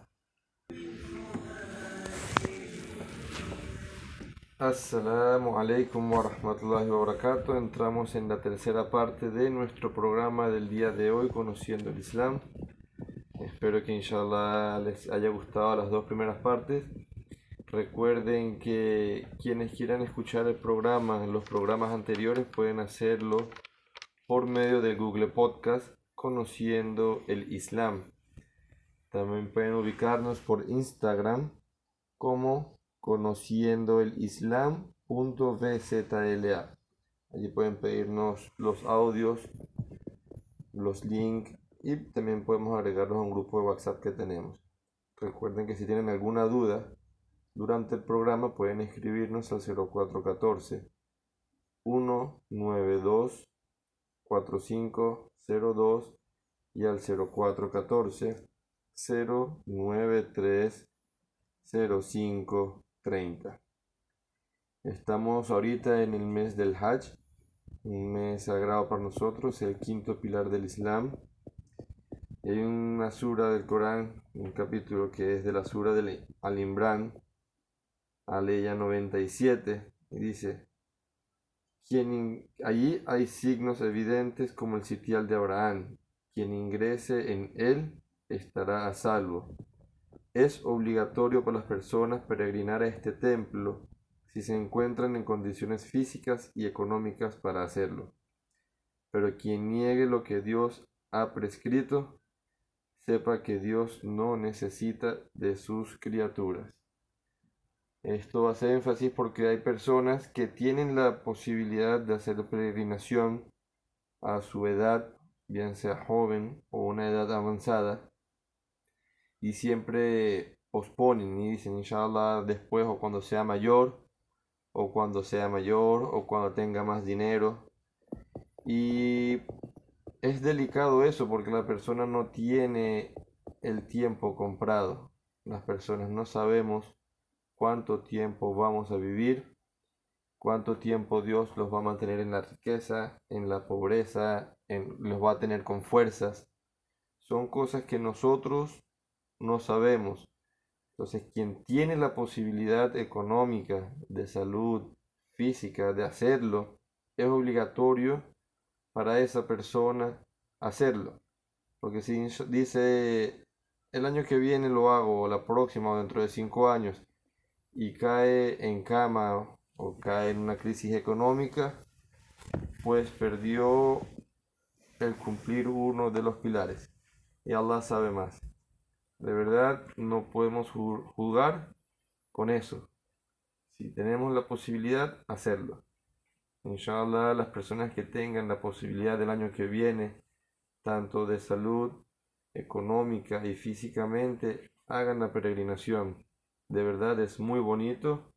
Assalamu alaikum wa rahmatullahi wa barakatuh. Entramos en la tercera parte de nuestro programa del día de hoy, Conociendo el Islam. Espero que inshallah les haya gustado las dos primeras partes. Recuerden que quienes quieran escuchar el programa, los programas anteriores, pueden hacerlo por medio de Google Podcast, Conociendo el Islam. También pueden ubicarnos por Instagram como Conociendo el Islam punto v z l a. Allí pueden pedirnos los audios, los links, y también podemos agregarlos a un grupo de WhatsApp que tenemos. Recuerden que si tienen alguna duda durante el programa pueden escribirnos al cero cuatro uno cuatro, uno nueve dos, cuatro cinco cero dos y al cero cuatro uno cuatro, cero nueve tres, cero cinco tres cero. Estamos ahorita en el mes del Hajj, un mes sagrado para nosotros, el quinto pilar del Islam. Hay una sura del Corán, un capítulo que es de la sura de Al-Imran, aleya noventa y siete, y dice: Quien in... allí hay signos evidentes como el sitial de Abraham. Quien ingrese en él estará a salvo. Es obligatorio para las personas peregrinar a este templo si se encuentran en condiciones físicas y económicas para hacerlo. Pero quien niegue lo que Dios ha prescrito, sepa que Dios no necesita de sus criaturas. Esto hace énfasis porque hay personas que tienen la posibilidad de hacer peregrinación a su edad, bien sea joven o una edad avanzada, y siempre posponen y dicen, inshallah, después o cuando sea mayor, o cuando sea mayor, o cuando tenga más dinero. Y es delicado eso porque la persona no tiene el tiempo comprado. Las personas no sabemos cuánto tiempo vamos a vivir, cuánto tiempo Dios los va a mantener en la riqueza, en la pobreza, en, los va a tener con fuerzas. Son cosas que nosotros no sabemos. Entonces, quien tiene la posibilidad económica, de salud, física, de hacerlo, es obligatorio para esa persona hacerlo. Porque si dice, el año que viene lo hago, o la próxima, o dentro de cinco años, y cae en cama o cae en una crisis económica, pues perdió el cumplir uno de los pilares. Y Allah sabe más. De verdad, no podemos jugar con eso. Si tenemos la posibilidad, hacerlo. Inshallah, las personas que tengan la posibilidad del año que viene, tanto de salud, económica y físicamente, hagan la peregrinación. De verdad es muy bonito.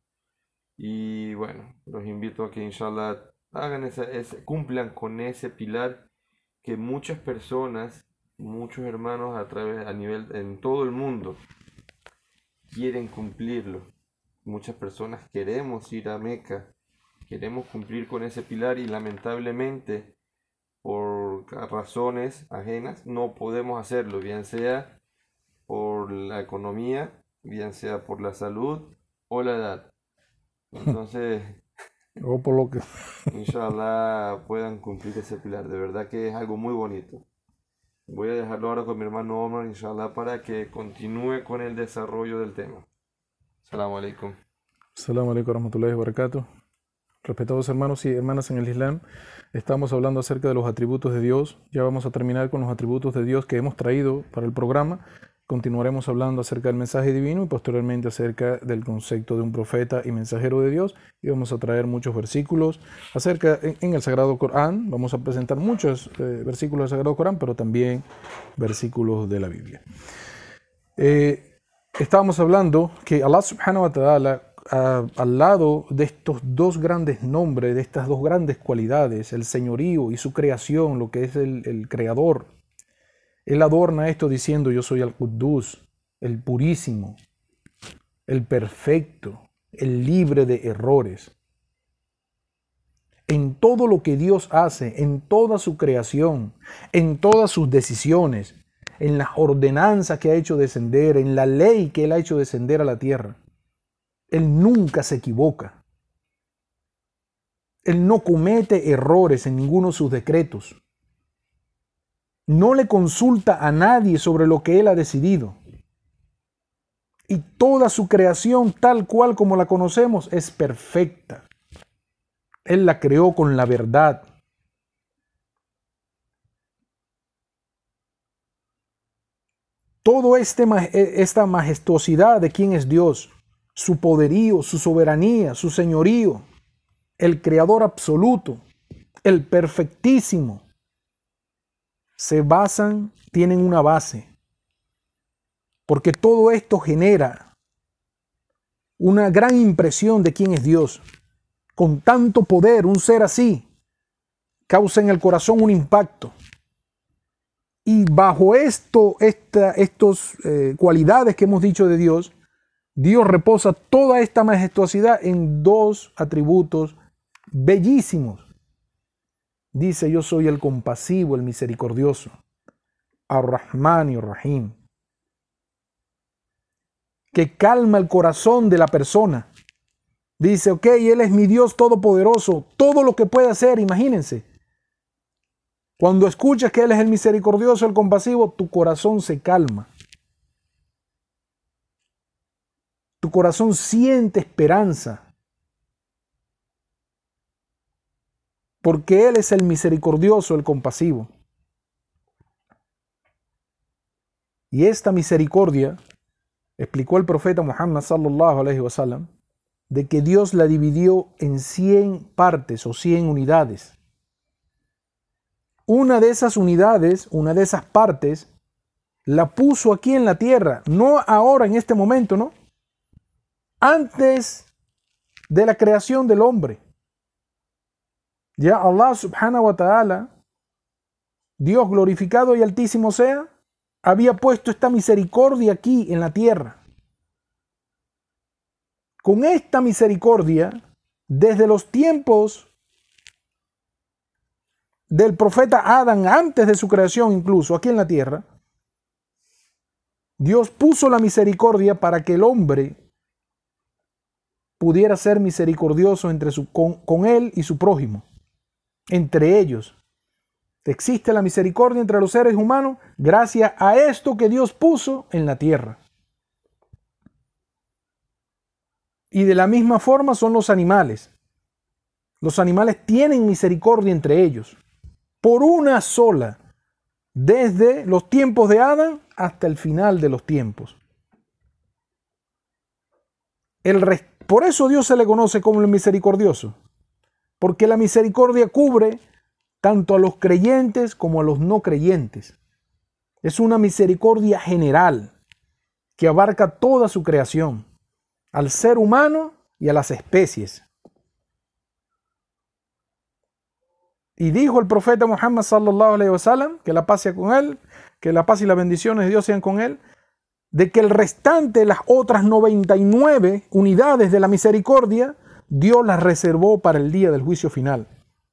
Y bueno, los invito a que inshallah hagan esa, ese, cumplan con ese pilar que muchas personas, muchos hermanos a través, a nivel, en todo el mundo, quieren cumplirlo. Muchas personas queremos ir a Meca, queremos cumplir con ese pilar y lamentablemente por razones ajenas no podemos hacerlo, bien sea por la economía, bien sea por la salud o la edad. Entonces,
O por lo que...
inshallah puedan cumplir ese pilar. De verdad que es algo muy bonito. Voy a dejarlo ahora con mi hermano Omar, inshallah, para que continúe con el desarrollo del tema. Assalamu alaikum.
Assalamu alaikum warahmatullahi wabarakatuh. Respetados hermanos y hermanas en el Islam, estamos hablando acerca de los atributos de Dios. Ya vamos a terminar con los atributos de Dios que hemos traído para el programa. Continuaremos hablando acerca del mensaje divino y posteriormente acerca del concepto de un profeta y mensajero de Dios. Y vamos a traer muchos versículos acerca en, en el Sagrado Corán. Vamos a presentar muchos eh, versículos del Sagrado Corán, pero también versículos de la Biblia. Eh, estábamos hablando que Allah subhanahu wa ta'ala, Uh, al lado de estos dos grandes nombres, de estas dos grandes cualidades, el señorío y su creación, lo que es el, el creador, él adorna esto diciendo: yo soy el Quddus, el purísimo, el perfecto, el libre de errores. En todo lo que Dios hace, en toda su creación, en todas sus decisiones, en las ordenanzas que ha hecho descender, en la ley que él ha hecho descender a la tierra, Él nunca se equivoca. Él no comete errores en ninguno de sus decretos. No le consulta a nadie sobre lo que Él ha decidido. Y toda su creación, tal cual como la conocemos, es perfecta. Él la creó con la verdad. Todo este, esta majestuosidad de quién es Dios, su poderío, su soberanía, su señorío, el creador absoluto, el perfectísimo, se basan, tienen una base, porque todo esto genera una gran impresión de quién es Dios. Con tanto poder, un ser así causa en el corazón un impacto. Y bajo esto, esta, estos eh, cualidades que hemos dicho de Dios, Dios reposa toda esta majestuosidad en dos atributos bellísimos. Dice: yo soy el compasivo, el misericordioso, Ar-Rahman y Ar-Rahim, que calma el corazón de la persona. Dice: ok, Él es mi Dios todopoderoso, todo lo que puede hacer, imagínense. Cuando escuchas que Él es el misericordioso, el compasivo, tu corazón se calma. Tu corazón siente esperanza. porque Él es el misericordioso, el compasivo. Y esta misericordia, explicó el profeta Muhammad sallallahu alaihi wasallam, de que Dios la dividió en cien partes o cien unidades. Una de esas unidades, una de esas partes, la puso aquí en la tierra, no ahora en este momento, ¿no? Antes de la creación del hombre. Ya Allah subhanahu wa ta'ala, Dios glorificado y altísimo sea, había puesto esta misericordia aquí en la tierra. Con esta misericordia, desde los tiempos del profeta Adán, antes de su creación incluso, aquí en la tierra, Dios puso la misericordia para que el hombre pudiera ser misericordioso entre su, con, con él y su prójimo, entre ellos. Existe la misericordia entre los seres humanos gracias a esto que Dios puso en la tierra. Y de la misma forma son los animales. Los animales tienen misericordia entre ellos, por una sola, desde los tiempos de Adán hasta el final de los tiempos. El rest- por eso Dios se le conoce como el misericordioso, porque la misericordia cubre tanto a los creyentes como a los no creyentes. Es una misericordia general que abarca toda su creación, al ser humano y a las especies. Y dijo el profeta Muhammad sallallahu alaihi wasallam, que la paz sea con él, que la paz y las bendiciones de Dios sean con él, de que el restante, las otras noventa y nueve unidades de la misericordia, Dios las reservó para el día del juicio final.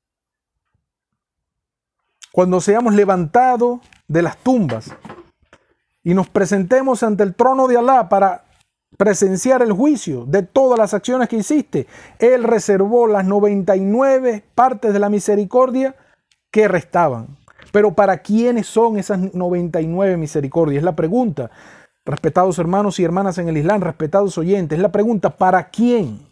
Cuando seamos levantados de las tumbas y nos presentemos ante el trono de Allah para presenciar el juicio de todas las acciones que hiciste, Él reservó las noventa y nueve partes de la misericordia que restaban. Pero ¿para quiénes son esas noventa y nueve misericordias? Es la pregunta, respetados hermanos y hermanas en el Islam, respetados oyentes, es la pregunta, ¿para quién?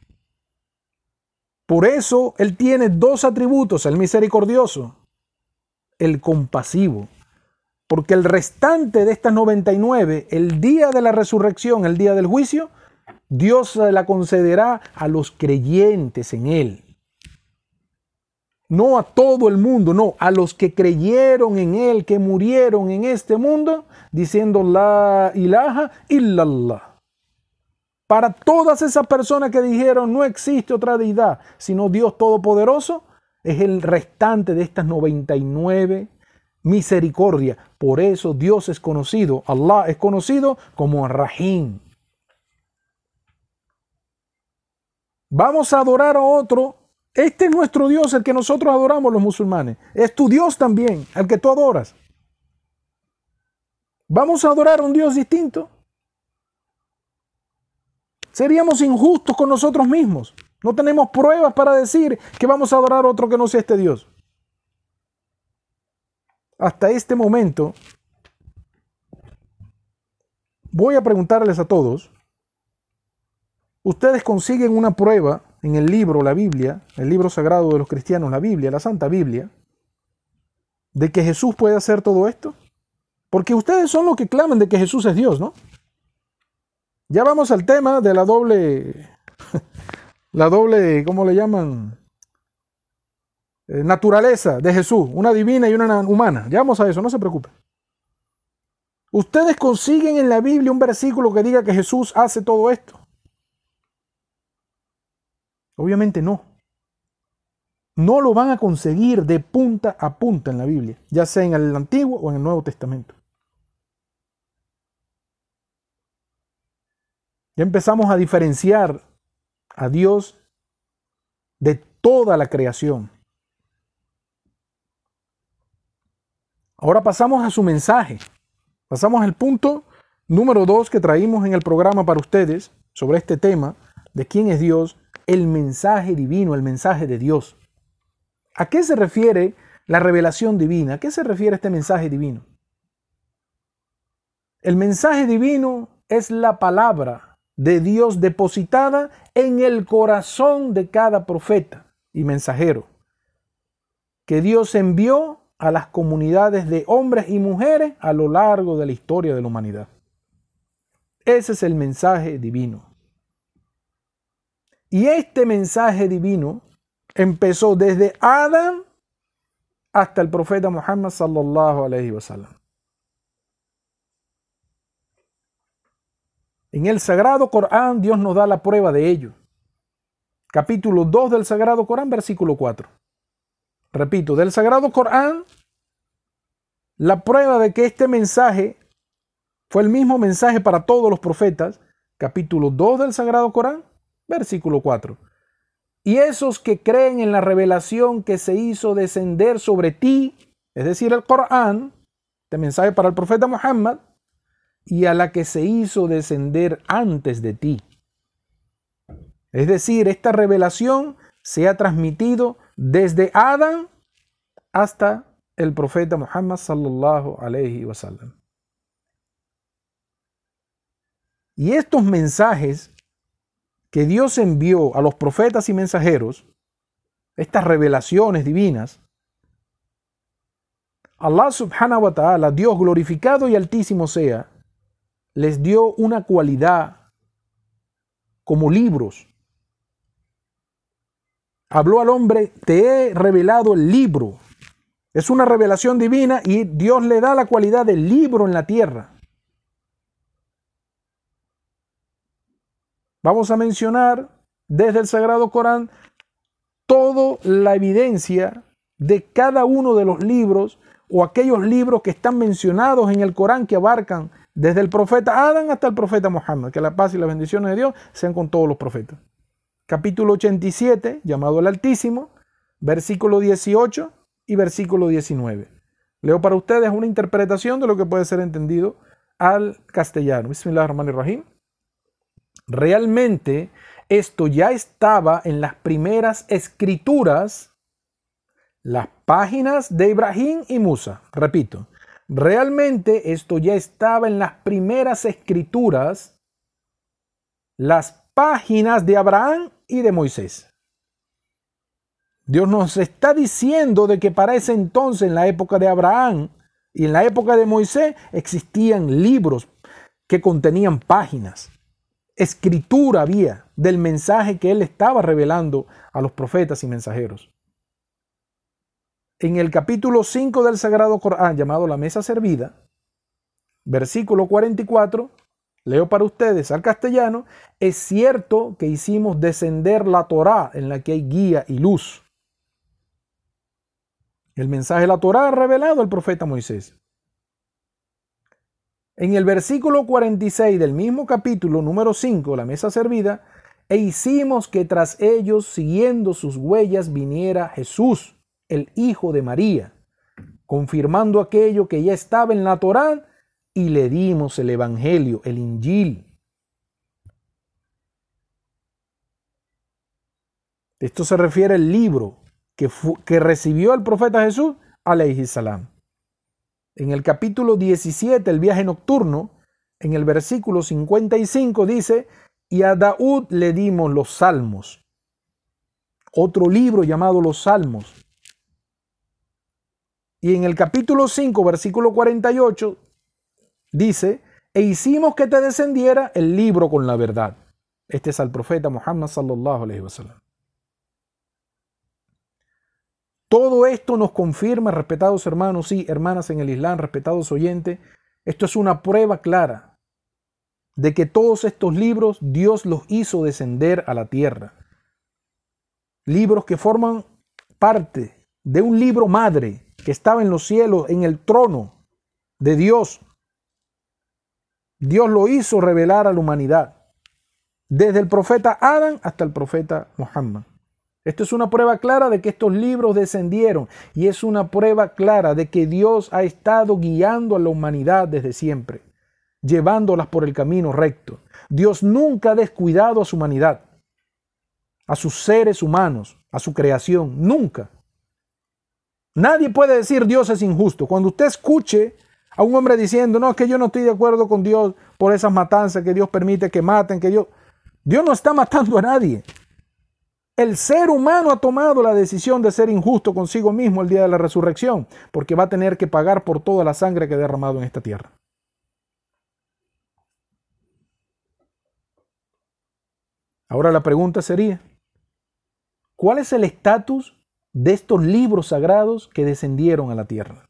Por eso Él tiene dos atributos, el misericordioso, el compasivo. Porque el restante de estas noventa y nueve, el día de la resurrección, el día del juicio, Dios se la concederá a los creyentes en Él. No a todo el mundo, no, a los que creyeron en Él, que murieron en este mundo, diciendo la ilaha illallah. Para todas esas personas que dijeron no existe otra deidad, sino Dios Todopoderoso, es el restante de estas noventa y nueve misericordia. Por eso Dios es conocido, Allah es conocido como Rahim. Vamos a adorar a otro. Este es nuestro Dios, el que nosotros adoramos los musulmanes. Es tu Dios también, el que tú adoras. Vamos a adorar a un Dios distinto. Seríamos injustos con nosotros mismos. No tenemos pruebas para decir que vamos a adorar a otro que no sea este Dios. Hasta este momento, voy a preguntarles a todos, ¿ustedes consiguen una prueba en el libro, la Biblia, el libro sagrado de los cristianos, la Biblia, la Santa Biblia, de que Jesús puede hacer todo esto? Porque ustedes son los que claman de que Jesús es Dios, ¿no? Ya vamos al tema de la doble, la doble, ¿cómo le llaman? Eh, naturaleza de Jesús, una divina y una humana. Ya vamos a eso, no se preocupen. ¿Ustedes consiguen en la Biblia un versículo que diga que Jesús hace todo esto? Obviamente no. No lo van a conseguir de punta a punta en la Biblia, ya sea en el Antiguo o en el Nuevo Testamento. Ya empezamos a diferenciar a Dios de toda la creación. Ahora pasamos a su mensaje. Pasamos al punto número dos que traímos en el programa para ustedes sobre este tema de quién es Dios, el mensaje divino, el mensaje de Dios. ¿A qué se refiere la revelación divina? ¿A qué se refiere este mensaje divino? El mensaje divino es la palabra de Dios depositada en el corazón de cada profeta y mensajero. que Dios envió a las comunidades de hombres y mujeres a lo largo de la historia de la humanidad. Ese es el mensaje divino. Y este mensaje divino empezó desde Adán hasta el profeta Muhammad sallallahu alaihi wasallam. En el Sagrado Corán Dios nos da la prueba de ello. Capítulo dos del Sagrado Corán, versículo cuatro. Repito, del Sagrado Corán, la prueba de que este mensaje fue el mismo mensaje para todos los profetas. Capítulo dos del Sagrado Corán, versículo cuatro. Y esos que creen en la revelación que se hizo descender sobre ti, es decir, el Corán, este mensaje para el profeta Muhammad, y a la que se hizo descender antes de ti. Es decir, esta revelación se ha transmitido desde Adán hasta el profeta Muhammad sallallahu alaihi wasallam. Y estos mensajes que Dios envió a los profetas y mensajeros, estas revelaciones divinas, Allah subhanahu wa ta'ala, Dios glorificado y altísimo sea, les dio una cualidad como libros. Habló al hombre, te he revelado el libro. Es una revelación divina y Dios le da la cualidad del libro en la tierra. Vamos a mencionar desde el Sagrado Corán toda la evidencia de cada uno de los libros o aquellos libros que están mencionados en el Corán que abarcan desde el profeta Adán hasta el profeta Muhammad. Que la paz y las bendiciones de Dios sean con todos los profetas. Capítulo ochenta y siete, llamado el Altísimo, versículo dieciocho y versículo diecinueve. Leo para ustedes una interpretación de lo que puede ser entendido al castellano. Bismillahirrahmanirrahim. Realmente esto ya estaba en las primeras escrituras, las páginas de Ibrahim y Musa. Repito, realmente esto ya estaba en las primeras escrituras, las páginas de Abraham y de Moisés. Dios nos está diciendo de que para ese entonces, en la época de Abraham y en la época de Moisés, existían libros que contenían páginas. Escritura había del mensaje que él estaba revelando a los profetas y mensajeros. En el capítulo cinco del Sagrado Corán, llamado La Mesa Servida, versículo cuarenta y cuatro, leo para ustedes al castellano: es cierto que hicimos descender la Torá en la que hay guía y luz. El mensaje de la Torá revelado al profeta Moisés. En el versículo cuarenta y seis del mismo capítulo número cinco, la mesa servida, e hicimos que tras ellos, siguiendo sus huellas, viniera Jesús, el hijo de María, confirmando aquello que ya estaba en la Torá, y le dimos el evangelio, el Injil. Esto se refiere al libro que, que recibió el profeta Jesús, alayhi salam. En el capítulo diecisiete, el viaje nocturno, en el versículo cincuenta y cinco dice: y a Daud le dimos los salmos. Otro libro llamado los salmos. Y en el capítulo cinco, versículo cuarenta y ocho, dice: e hicimos que te descendiera el libro con la verdad. Este es al profeta Muhammad sallallahu alaihi wasallam. Todo esto nos confirma, respetados hermanos y hermanas en el Islam, respetados oyentes, esto es una prueba clara de que todos estos libros Dios los hizo descender a la tierra. Libros que forman parte de un libro madre que estaba en los cielos, en el trono de Dios. Dios lo hizo revelar a la humanidad, desde el profeta Adán hasta el profeta Muhammad. Esto es una prueba clara de que estos libros descendieron y es una prueba clara de que Dios ha estado guiando a la humanidad desde siempre, llevándolas por el camino recto. Dios nunca ha descuidado a su humanidad, a sus seres humanos, a su creación, nunca. Nadie puede decir Dios es injusto. Cuando usted escuche a un hombre diciendo, no, es que yo no estoy de acuerdo con Dios por esas matanzas que Dios permite que maten, que Dios... Dios no está matando a nadie. El ser humano ha tomado la decisión de ser injusto consigo mismo el día de la resurrección, porque va a tener que pagar por toda la sangre que ha derramado en esta tierra. Ahora la pregunta sería, ¿cuál es el estatus de estos libros sagrados que descendieron a la tierra?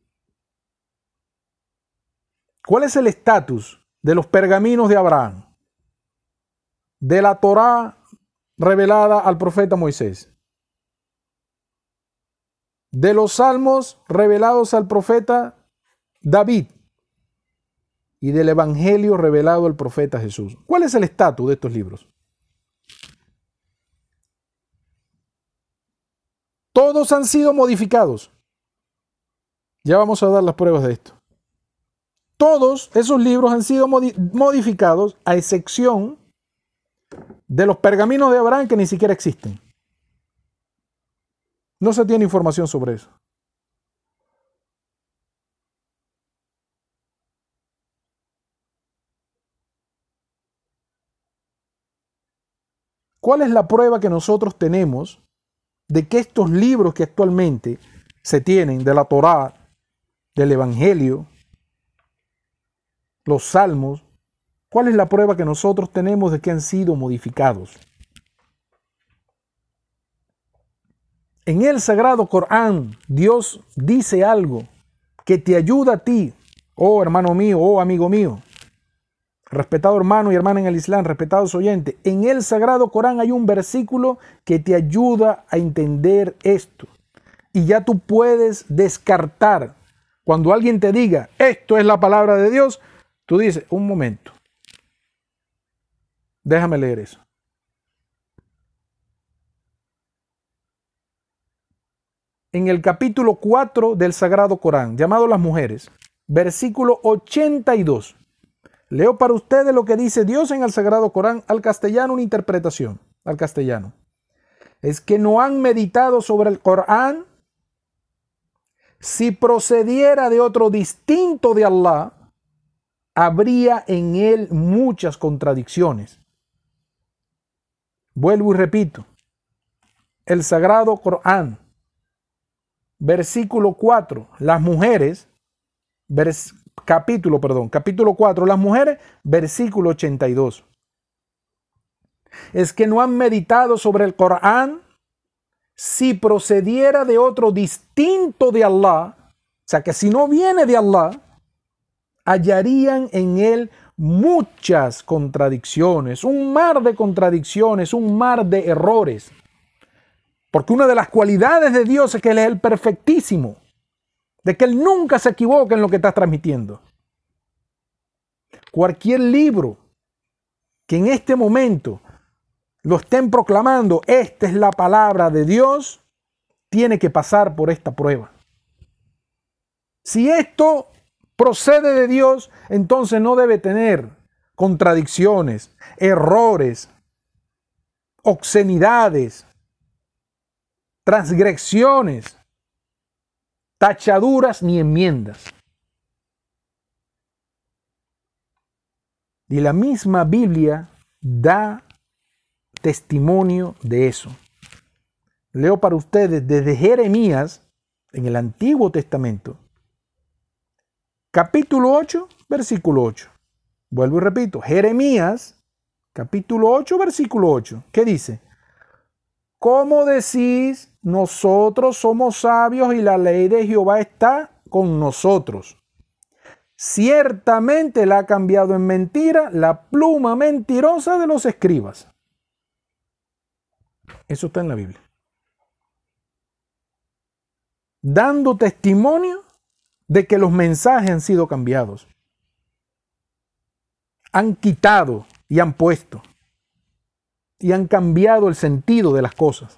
¿Cuál es el estatus de los pergaminos de Abraham, de la Torá revelada al profeta Moisés, de los salmos revelados al profeta David y del evangelio revelado al profeta Jesús? ¿Cuál es el estatus de estos libros? Todos han sido modificados. Ya vamos a dar las pruebas de esto. Todos esos libros han sido modificados, a excepción de los pergaminos de Abraham, que ni siquiera existen. No se tiene información sobre eso. ¿Cuál es la prueba que nosotros tenemos de que estos libros que actualmente se tienen, de la Torá, del Evangelio, los Salmos, cuál es la prueba que nosotros tenemos de que han sido modificados? En el Sagrado Corán, Dios dice algo que te ayuda a ti, oh hermano mío, oh amigo mío, respetado hermano y hermana en el Islam, respetados oyentes. En el Sagrado Corán hay un versículo que te ayuda a entender esto. Y ya tú puedes descartar. Cuando alguien te diga, esto es la palabra de Dios, tú dices, un momento, déjame leer eso. En el capítulo cuatro del Sagrado Corán, llamado Las Mujeres, versículo ochenta y dos. Leo para ustedes lo que dice Dios en el Sagrado Corán al castellano, una interpretación al castellano. Es que no han meditado sobre el Corán. Si procediera de otro distinto de Allah, habría en él muchas contradicciones. Vuelvo y repito. El Sagrado Corán, versículo cuatro, las mujeres, vers, capítulo, perdón, capítulo cuatro, las mujeres, versículo ochenta y dos. Es que no han meditado sobre el Corán. Si procediera de otro distinto de Allah, o sea que si no viene de Allah, hallarían en él muchas contradicciones, un mar de contradicciones, un mar de errores. Porque una de las cualidades de Dios es que Él es el perfectísimo, de que Él nunca se equivoca en lo que está transmitiendo. Cualquier libro que en este momento lo estén proclamando, esta es la palabra de Dios, tiene que pasar por esta prueba. Si esto procede de Dios, entonces no debe tener contradicciones, errores, obscenidades, transgresiones, tachaduras ni enmiendas. Y la misma Biblia da testimonio de eso. Leo para ustedes desde Jeremías, en el Antiguo Testamento, capítulo ocho, versículo ocho. Vuelvo y repito, Jeremías, capítulo ocho, versículo ocho. ¿Qué dice? ¿Cómo decís, nosotros somos sabios y la ley de Jehová está con nosotros? Ciertamente la ha cambiado en mentira la pluma mentirosa de los escribas. Eso está en la Biblia. Dando testimonio de que los mensajes han sido cambiados. Han quitado y han puesto. Y han cambiado el sentido de las cosas.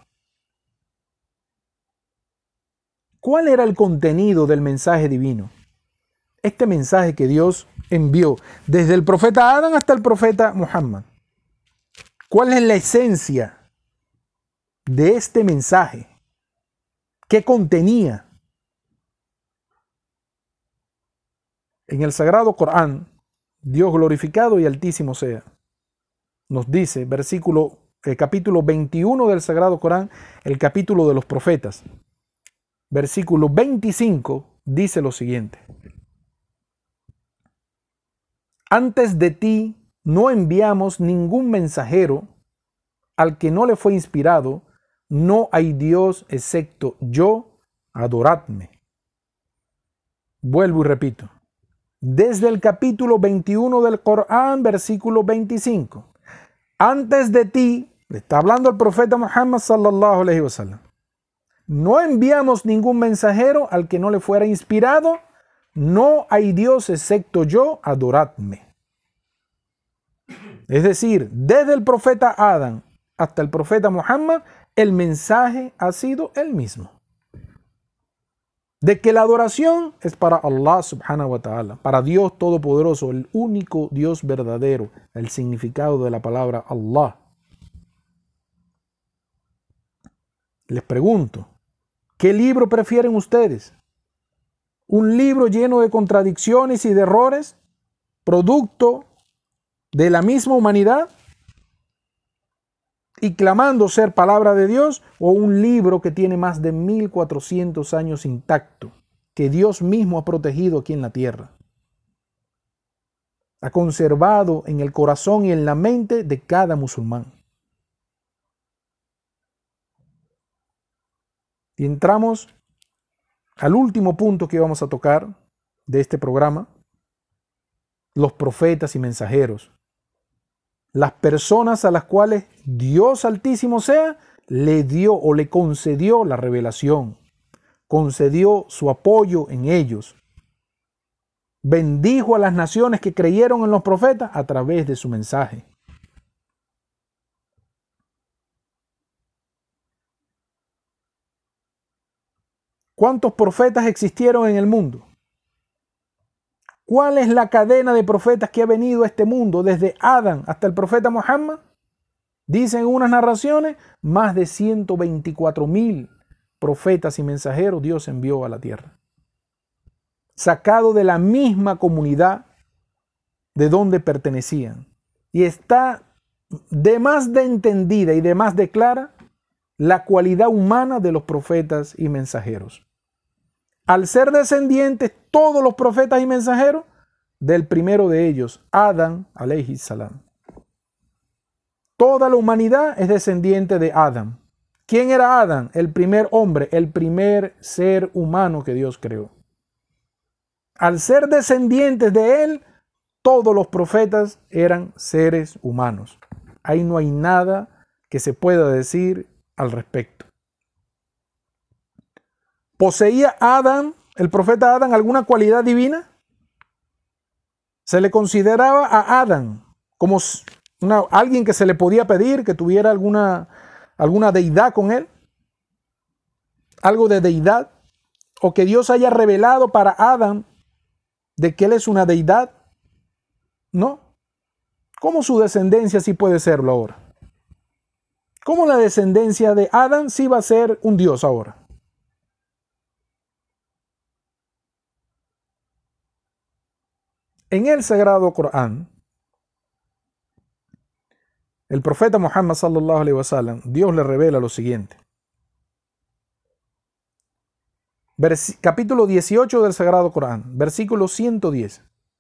¿Cuál era el contenido del mensaje divino? Este mensaje que Dios envió desde el profeta Adán hasta el profeta Muhammad. ¿Cuál es la esencia de este mensaje? ¿Qué contenía? En el Sagrado Corán, Dios glorificado y altísimo sea, nos dice, versículo el capítulo veintiuno del Sagrado Corán, el capítulo de los profetas. Versículo veinticinco dice lo siguiente: antes de ti no enviamos ningún mensajero al que no le fue inspirado, no hay Dios excepto yo, adoradme. Vuelvo y repito. Desde el capítulo veintiuno del Corán, versículo veinticinco. Antes de ti, le está hablando el profeta Muhammad sallallahu alaihi wasallam, no enviamos ningún mensajero al que no le fuera inspirado, no hay Dios excepto yo, adoradme. Es decir, desde el profeta Adán hasta el profeta Muhammad, el mensaje ha sido el mismo. De que la adoración es para Allah subhanahu wa ta'ala, para Dios Todopoderoso, el único Dios verdadero, el significado de la palabra Allah. Les pregunto, ¿qué libro prefieren ustedes? ¿Un libro lleno de contradicciones y de errores, producto de la misma humanidad y clamando ser palabra de Dios, o un libro que tiene más de mil cuatrocientos años intacto, que Dios mismo ha protegido aquí en la tierra? Ha conservado en el corazón y en la mente de cada musulmán. Y entramos al último punto que vamos a tocar de este programa: los profetas y mensajeros. Las personas a las cuales Dios Altísimo sea, le dio o le concedió la revelación, concedió su apoyo en ellos. Bendijo a las naciones que creyeron en los profetas a través de su mensaje. ¿Cuántos profetas existieron en el mundo? ¿Cuál es la cadena de profetas que ha venido a este mundo desde Adán hasta el profeta Muhammad? Dicen unas narraciones, más de ciento veinticuatro mil profetas y mensajeros Dios envió a la tierra. Sacado de la misma comunidad de donde pertenecían. Y está de más de entendida y de más de clara la cualidad humana de los profetas y mensajeros. Al ser descendientes todos los profetas y mensajeros del primero de ellos, Adán alayhi salam. Toda la humanidad es descendiente de Adán. ¿Quién era Adán? El primer hombre, el primer ser humano que Dios creó. Al ser descendientes de él, todos los profetas eran seres humanos. Ahí no hay nada que se pueda decir al respecto. ¿Poseía Adán, el profeta Adán, alguna cualidad divina? Se le consideraba a Adán como una, alguien que se le podía pedir, que tuviera alguna, alguna deidad con él, algo de deidad, o que Dios haya revelado para Adán de que él es una deidad. No. ¿Cómo su descendencia sí puede serlo ahora? ¿Cómo la descendencia de Adán sí va a ser un Dios ahora? En el Sagrado Corán, el profeta Muhammad sallallahu alaihi wasallam, Dios le revela lo siguiente. Vers- capítulo dieciocho del Sagrado Corán, versículo ciento diez.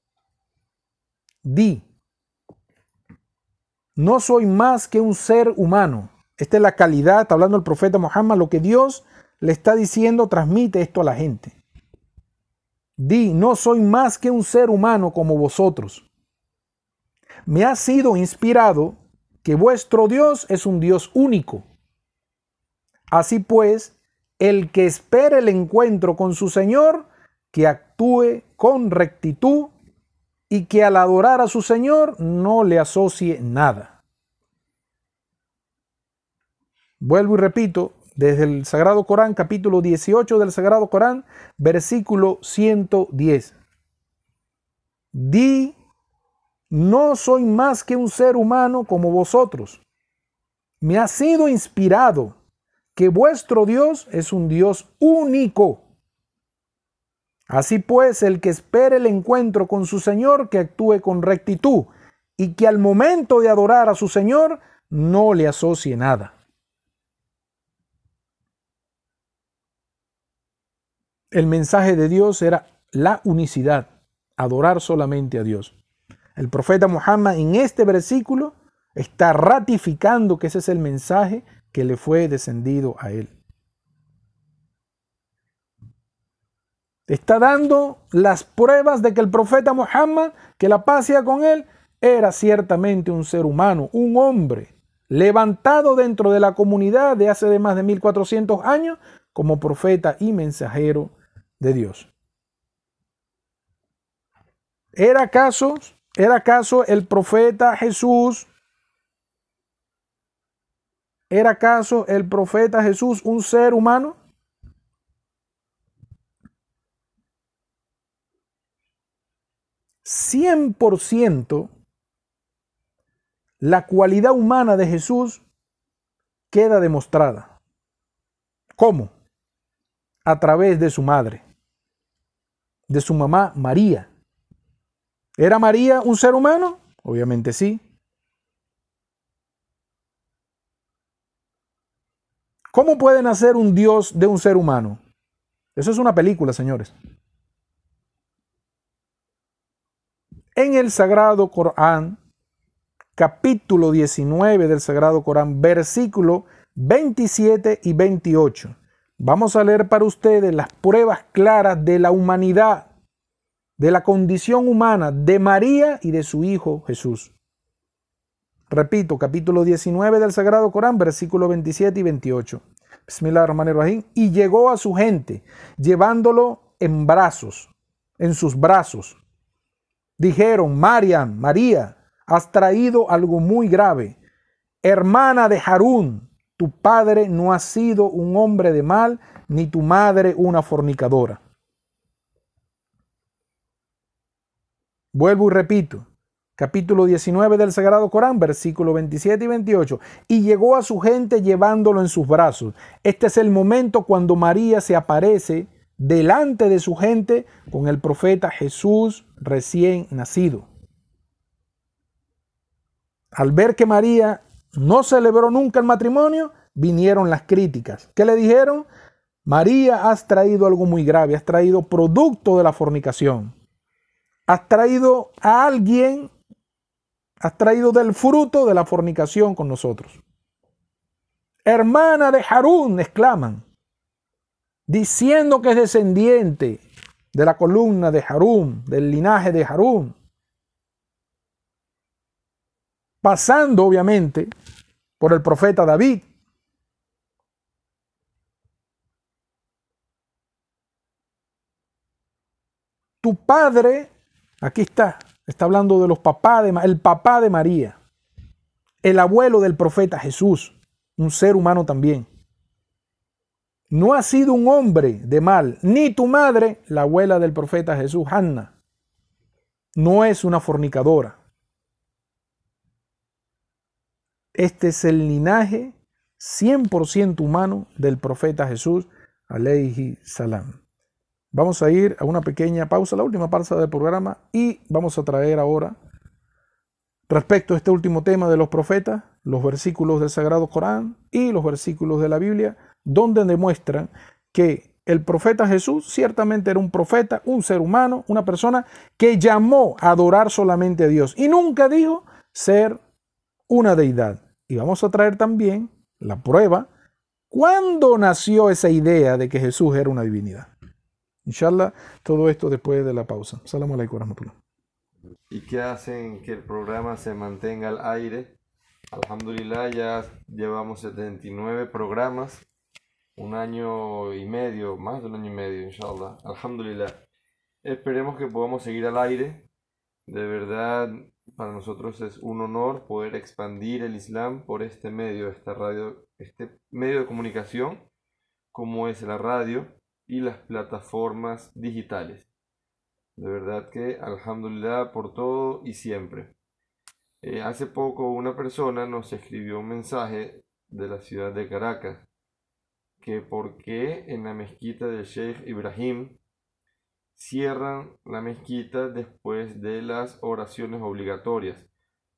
Di, no soy más que un ser humano. Esta es la calidad, está hablando el profeta Muhammad, lo que Dios le está diciendo, transmite esto a la gente. Di, no soy más que un ser humano como vosotros. Me ha sido inspirado que vuestro Dios es un Dios único. Así pues, el que espere el encuentro con su Señor, que actúe con rectitud y que al adorar a su Señor no le asocie nada. Vuelvo y repito, desde el Sagrado Corán, capítulo dieciocho del Sagrado Corán, versículo ciento diez. Di, no soy más que un ser humano como vosotros. Me ha sido inspirado que vuestro Dios es un Dios único. Así pues, el que espere el encuentro con su Señor, que actúe con rectitud y que al momento de adorar a su Señor no le asocie nada. El mensaje de Dios era la unicidad, adorar solamente a Dios. El profeta Muhammad en este versículo está ratificando que ese es el mensaje que le fue descendido a él. Está dando las pruebas de que el profeta Muhammad, que la paz sea con él, era ciertamente un ser humano, un hombre, levantado dentro de la comunidad de hace de más de mil cuatrocientos años como profeta y mensajero de Dios. ¿Era acaso, era acaso el profeta Jesús, era acaso el profeta Jesús un ser humano? cien por ciento la cualidad humana de Jesús queda demostrada. ¿Cómo? A través de su madre, de su mamá María. ¿Era María un ser humano? Obviamente sí. ¿Cómo puede nacer un Dios de un ser humano? Eso es una película, señores. En el Sagrado Corán, capítulo diecinueve del Sagrado Corán, versículo veintisiete y veintiocho. Vamos a leer para ustedes las pruebas claras de la humanidad, de la condición humana de María y de su hijo Jesús. Repito, capítulo diecinueve del Sagrado Corán, versículo veintisiete y veintiocho. Bismillahirrahmanirrahim. Y llegó a su gente, llevándolo en brazos, en sus brazos. Dijeron: Mariam, María, has traído algo muy grave. Hermana de Harún, tu padre no ha sido un hombre de mal, ni tu madre una fornicadora. Vuelvo y repito, capítulo diecinueve del Sagrado Corán, versículo veintisiete y veintiocho. Y llegó a su gente llevándolo en sus brazos. Este es el momento cuando María se aparece delante de su gente con el profeta Jesús recién nacido. Al ver que María no celebró nunca el matrimonio, vinieron las críticas. ¿Qué le dijeron? María, has traído algo muy grave, has traído producto de la fornicación. Has traído a alguien, has traído del fruto de la fornicación con nosotros. Hermana de Harún, exclaman, diciendo que es descendiente de la columna de Harún, del linaje de Harún. Pasando, obviamente, por el profeta David. Tu padre, aquí está, está hablando de los papás de el papá de María, el abuelo del profeta Jesús, un ser humano también. No ha sido un hombre de mal, ni tu madre, la abuela del profeta Jesús, Hanna, no es una fornicadora. Este es el linaje cien por ciento humano del profeta Jesús, alayhi salam. Vamos a ir a una pequeña pausa, la última pausa del programa, y vamos a traer ahora, respecto a este último tema de los profetas, los versículos del Sagrado Corán y los versículos de la Biblia, donde demuestran que el profeta Jesús ciertamente era un profeta, un ser humano, una persona que llamó a adorar solamente a Dios y nunca dijo ser una deidad. Y vamos a traer también la prueba cuándo nació esa idea de que Jesús era una divinidad. Inshallah, todo esto después de la pausa. Salamu alaikum wa rahmatullah.
¿Y qué hacen que el programa se mantenga al aire? Alhamdulillah, ya llevamos setenta y nueve programas, un año y medio, más de un año y medio, inshallah. Alhamdulillah. Esperemos que podamos seguir al aire. De verdad, para nosotros es un honor poder expandir el Islam por este medio, esta radio, este medio de comunicación, como es la radio y las plataformas digitales. De verdad que alhamdulillah por todo y siempre. Eh, hace poco una persona nos escribió un mensaje de la ciudad de Caracas, que por qué en la mezquita del Sheikh Ibrahim cierran la mezquita después de las oraciones obligatorias.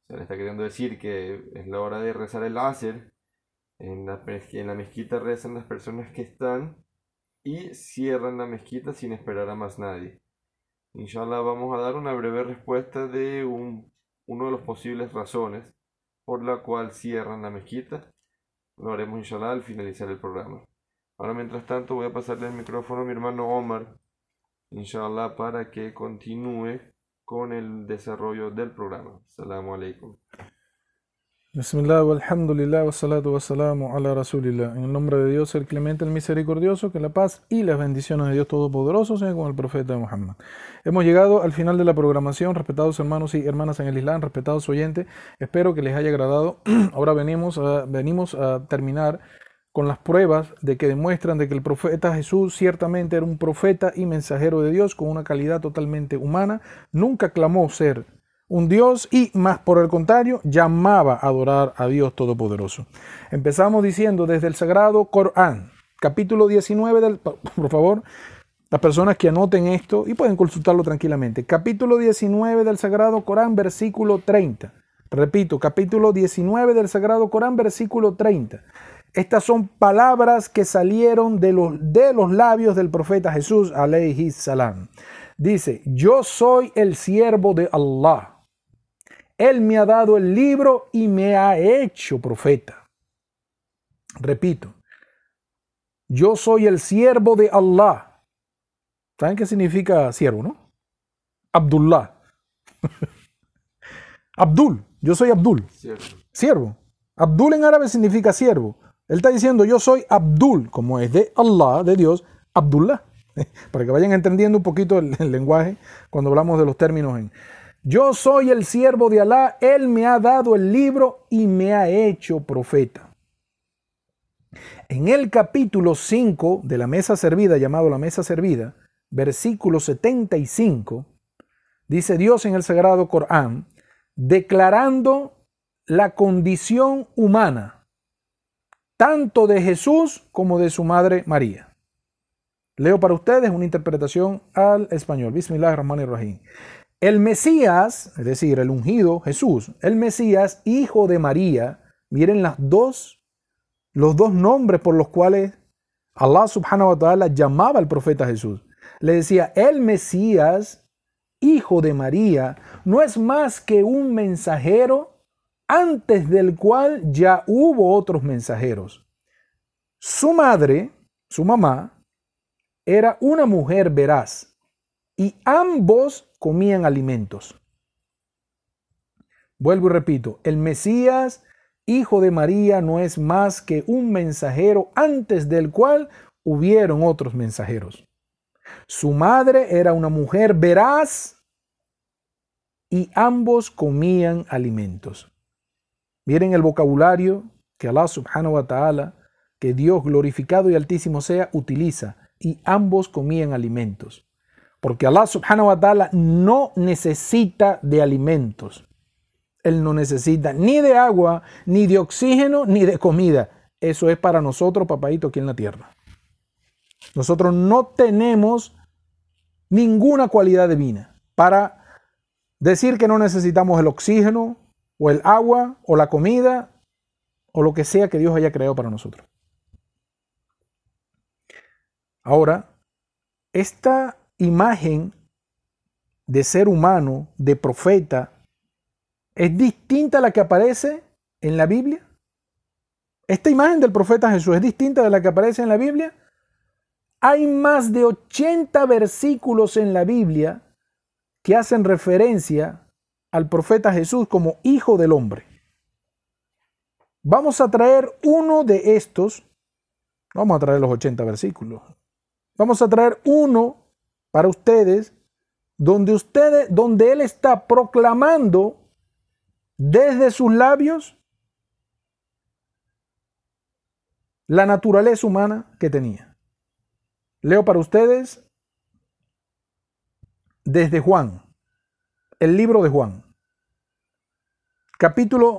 O sea, le está queriendo decir que es la hora de rezar el Asr. En la, en la mezquita rezan las personas que están y cierran la mezquita sin esperar a más nadie. Inshallah vamos a dar una breve respuesta de un, uno de los posibles razones por la cual cierran la mezquita. Lo haremos inshallah al finalizar el programa. Ahora mientras tanto voy a pasarle el micrófono a mi hermano Omar, inshallah, para que continúe con el desarrollo del programa. Assalamu alaikum.
Bismillah, walhamdulillah, wassalatu wassalamu ala rasulillah. En el nombre de Dios, el clemente, el misericordioso, que la paz y las bendiciones de Dios Todopoderoso sean con el profeta Muhammad. Hemos llegado al final de la programación, respetados hermanos y hermanas en el Islam, respetados oyentes. Espero que les haya agradado. Ahora venimos a, venimos a terminar con las pruebas de que demuestran de que el profeta Jesús ciertamente era un profeta y mensajero de Dios con una calidad totalmente humana. Nunca clamó ser un Dios y, más por el contrario, llamaba a adorar a Dios Todopoderoso. Empezamos diciendo desde el Sagrado Corán, capítulo diecinueve del... Por favor, las personas que anoten esto y pueden consultarlo tranquilamente. Capítulo diecinueve del Sagrado Corán, versículo treinta. Repito, capítulo diecinueve del Sagrado Corán, versículo treinta. Estas son palabras que salieron de los, de los labios del profeta Jesús, alayhi salam. Dice, yo soy el siervo de Allah. Él me ha dado el libro y me ha hecho profeta. Repito, yo soy el siervo de Allah. ¿Saben qué significa siervo, no? Abdullah. Abdul, yo soy Abdul.
Cierto.
Siervo. Abdul en árabe significa siervo. Él está diciendo, yo soy Abdul, como es de Allah, de Dios, Abdullah. Para que vayan entendiendo un poquito el, el lenguaje cuando hablamos de los términos en... Yo soy el siervo de Alá, Él me ha dado el libro y me ha hecho profeta. En el capítulo cinco de la mesa servida, llamado la mesa servida, versículo setenta y cinco, dice Dios en el Sagrado Corán, declarando la condición humana, tanto de Jesús como de su madre María. Leo para ustedes una interpretación al español. Bismillahirrahmanirrahim. El Mesías, es decir, el ungido Jesús, el Mesías, hijo de María, miren las dos, los dos nombres por los cuales Allah subhanahu wa ta'ala llamaba al profeta Jesús. Le decía, el Mesías, hijo de María, no es más que un mensajero antes del cual ya hubo otros mensajeros. Su madre, su mamá, era una mujer veraz y ambos comían alimentos. Vuelvo y repito, el Mesías, hijo de María, no es más que un mensajero antes del cual hubieron otros mensajeros. Su madre era una mujer veraz y ambos comían alimentos. Miren el vocabulario que Allah subhanahu wa ta'ala, que Dios glorificado y altísimo sea, utiliza. Y ambos comían alimentos. Porque Allah subhanahu wa ta'ala no necesita de alimentos. Él no necesita ni de agua, ni de oxígeno, ni de comida. Eso es para nosotros, papadito, aquí en la tierra. Nosotros no tenemos ninguna cualidad divina para decir que no necesitamos el oxígeno, o el agua, o la comida, o lo que sea que Dios haya creado para nosotros. Ahora, esta imagen de ser humano, de profeta, ¿es distinta a la que aparece en la Biblia? ¿Esta imagen del profeta Jesús es distinta de la que aparece en la Biblia? Hay más de ochenta versículos en la Biblia que hacen referencia al profeta Jesús como hijo del hombre. Vamos a traer uno de estos, vamos a traer los ochenta versículos. Vamos a traer uno para ustedes donde ustedes, donde él está proclamando desde sus labios la naturaleza humana que tenía. Leo para ustedes desde Juan, el libro de Juan, capítulo,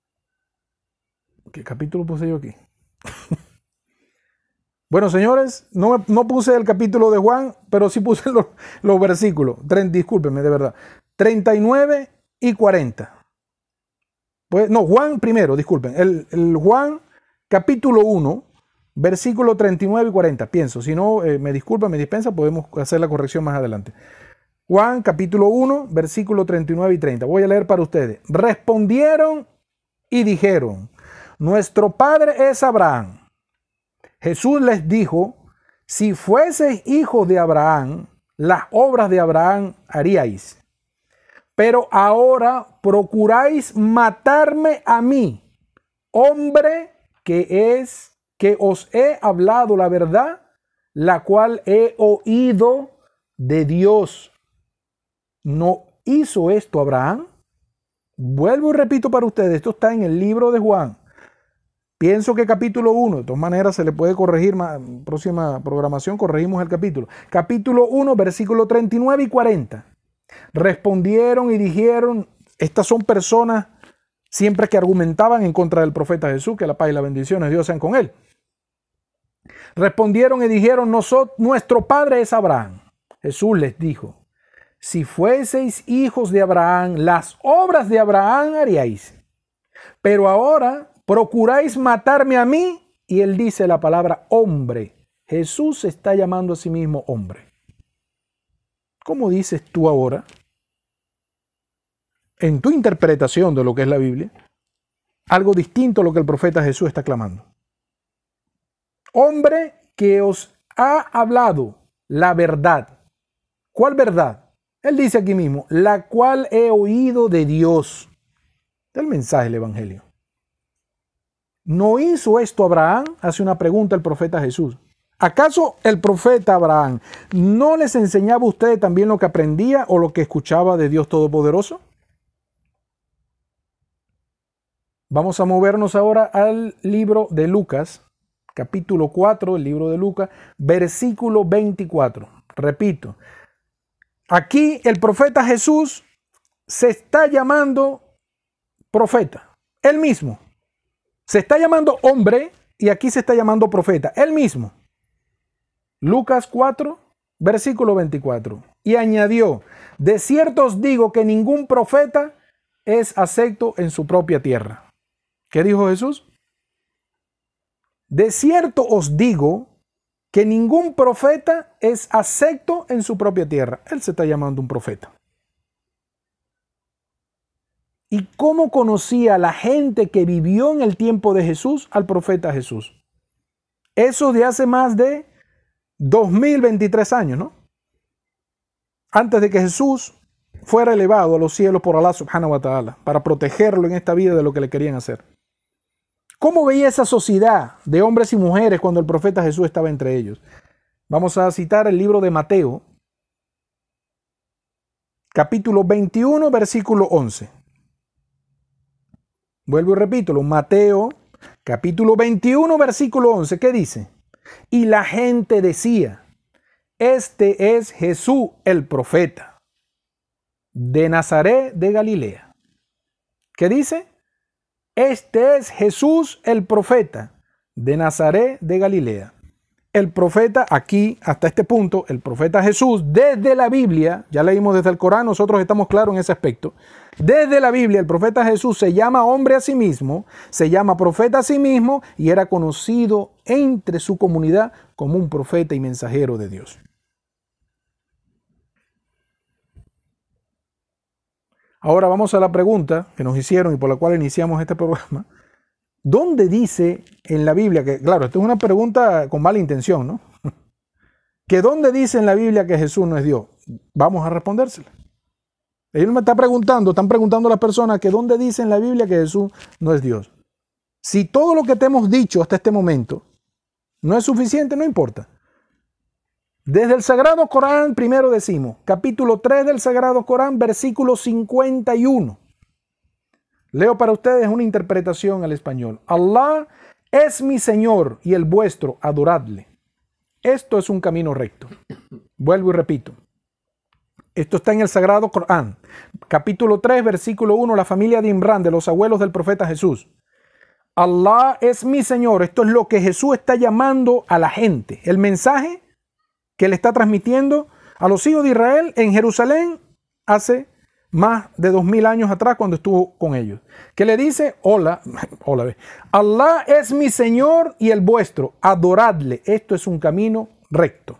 ¿qué capítulo puse yo aquí? Bueno, señores, no, no puse el capítulo de Juan, pero sí puse los, los versículos. Discúlpenme, de verdad. treinta y nueve y cuarenta. Pues, no, Juan primero, disculpen. El, el Juan capítulo uno, versículo treinta y nueve y cuarenta. Pienso, si no, eh, me disculpa, me dispensa, podemos hacer la corrección más adelante. Juan capítulo uno, versículo treinta y nueve y treinta. Voy a leer para ustedes. Respondieron y dijeron, nuestro padre es Abraham. Jesús les dijo, si fueseis hijos de Abraham, las obras de Abraham haríais. Pero ahora procuráis matarme a mí, hombre que es, que os he hablado la verdad, la cual he oído de Dios. ¿No hizo esto Abraham? Vuelvo y repito para ustedes, esto está en el libro de Juan. Pienso que capítulo uno, de todas maneras se le puede corregir, más, próxima programación corregimos el capítulo. Capítulo uno, versículo treinta y nueve y cuarenta. Respondieron y dijeron, estas son personas siempre que argumentaban en contra del profeta Jesús, que la paz y las bendiciones de Dios sean con él. Respondieron y dijeron, nosotros, nuestro padre es Abraham. Jesús les dijo, si fueseis hijos de Abraham, las obras de Abraham haríais. Pero ahora procuráis matarme a mí. Y él dice la palabra hombre. Jesús se está llamando a sí mismo hombre. ¿Cómo dices tú ahora, en tu interpretación de lo que es la Biblia, algo distinto a lo que el profeta Jesús está clamando? Hombre que os ha hablado la verdad. ¿Cuál verdad? Él dice aquí mismo, la cual he oído de Dios. El mensaje del Evangelio. ¿No hizo esto Abraham? Hace una pregunta el profeta Jesús. ¿Acaso el profeta Abraham no les enseñaba a ustedes también lo que aprendía o lo que escuchaba de Dios Todopoderoso? Vamos a movernos ahora al libro de Lucas, capítulo cuatro, el libro de Lucas, versículo veinticuatro. Repito, aquí el profeta Jesús se está llamando profeta, él mismo. Se está llamando hombre y aquí se está llamando profeta, él mismo. Lucas cuatro, versículo veinticuatro. Y añadió, de cierto os digo que ningún profeta es acepto en su propia tierra. ¿Qué dijo Jesús? De cierto os digo que ningún profeta es acepto en su propia tierra. Él se está llamando un profeta. ¿Y cómo conocía la gente que vivió en el tiempo de Jesús al profeta Jesús? Eso de hace más de dos mil veintitrés años, ¿no? Antes de que Jesús fuera elevado a los cielos por Allah subhanahu wa ta'ala, para protegerlo en esta vida de lo que le querían hacer. ¿Cómo veía esa sociedad de hombres y mujeres cuando el profeta Jesús estaba entre ellos? Vamos a citar el libro de Mateo, capítulo veintiuno, versículo once. Vuelvo y repito, Mateo, capítulo veintiuno, versículo once. ¿Qué dice? Y la gente decía, este es Jesús el profeta, de Nazaret de Galilea. ¿Qué dice? Este es Jesús el profeta, de Nazaret de Galilea. El profeta aquí, hasta este punto, el profeta Jesús, desde la Biblia, ya leímos desde el Corán, nosotros estamos claros en ese aspecto. Desde la Biblia, el profeta Jesús se llama hombre a sí mismo, se llama profeta a sí mismo y era conocido entre su comunidad como un profeta y mensajero de Dios. Ahora vamos a la pregunta que nos hicieron y por la cual iniciamos este programa. ¿Dónde dice en la Biblia que, claro, esto es una pregunta con mala intención, ¿no? ¿Que dónde dice en la Biblia que Jesús no es Dios? Vamos a respondérsela. Ellos me están preguntando, están preguntando a las personas que dónde dice en la Biblia que Jesús no es Dios. Si todo lo que te hemos dicho hasta este momento no es suficiente, no importa. Desde el Sagrado Corán, primero decimos, capítulo tres del Sagrado Corán, versículo cincuenta y uno. Leo para ustedes una interpretación al español. Allah es mi Señor y el vuestro, adoradle. Esto es un camino recto. Vuelvo y repito. Esto está en el Sagrado Corán. Capítulo tres, versículo uno, la familia de Imrán, de los abuelos del profeta Jesús. Allah es mi Señor. Esto es lo que Jesús está llamando a la gente. El mensaje que le está transmitiendo a los hijos de Israel en Jerusalén hace más de dos mil años atrás cuando estuvo con ellos. Que le dice, hola, hola, Allah es mi Señor y el vuestro, adoradle, esto es un camino recto.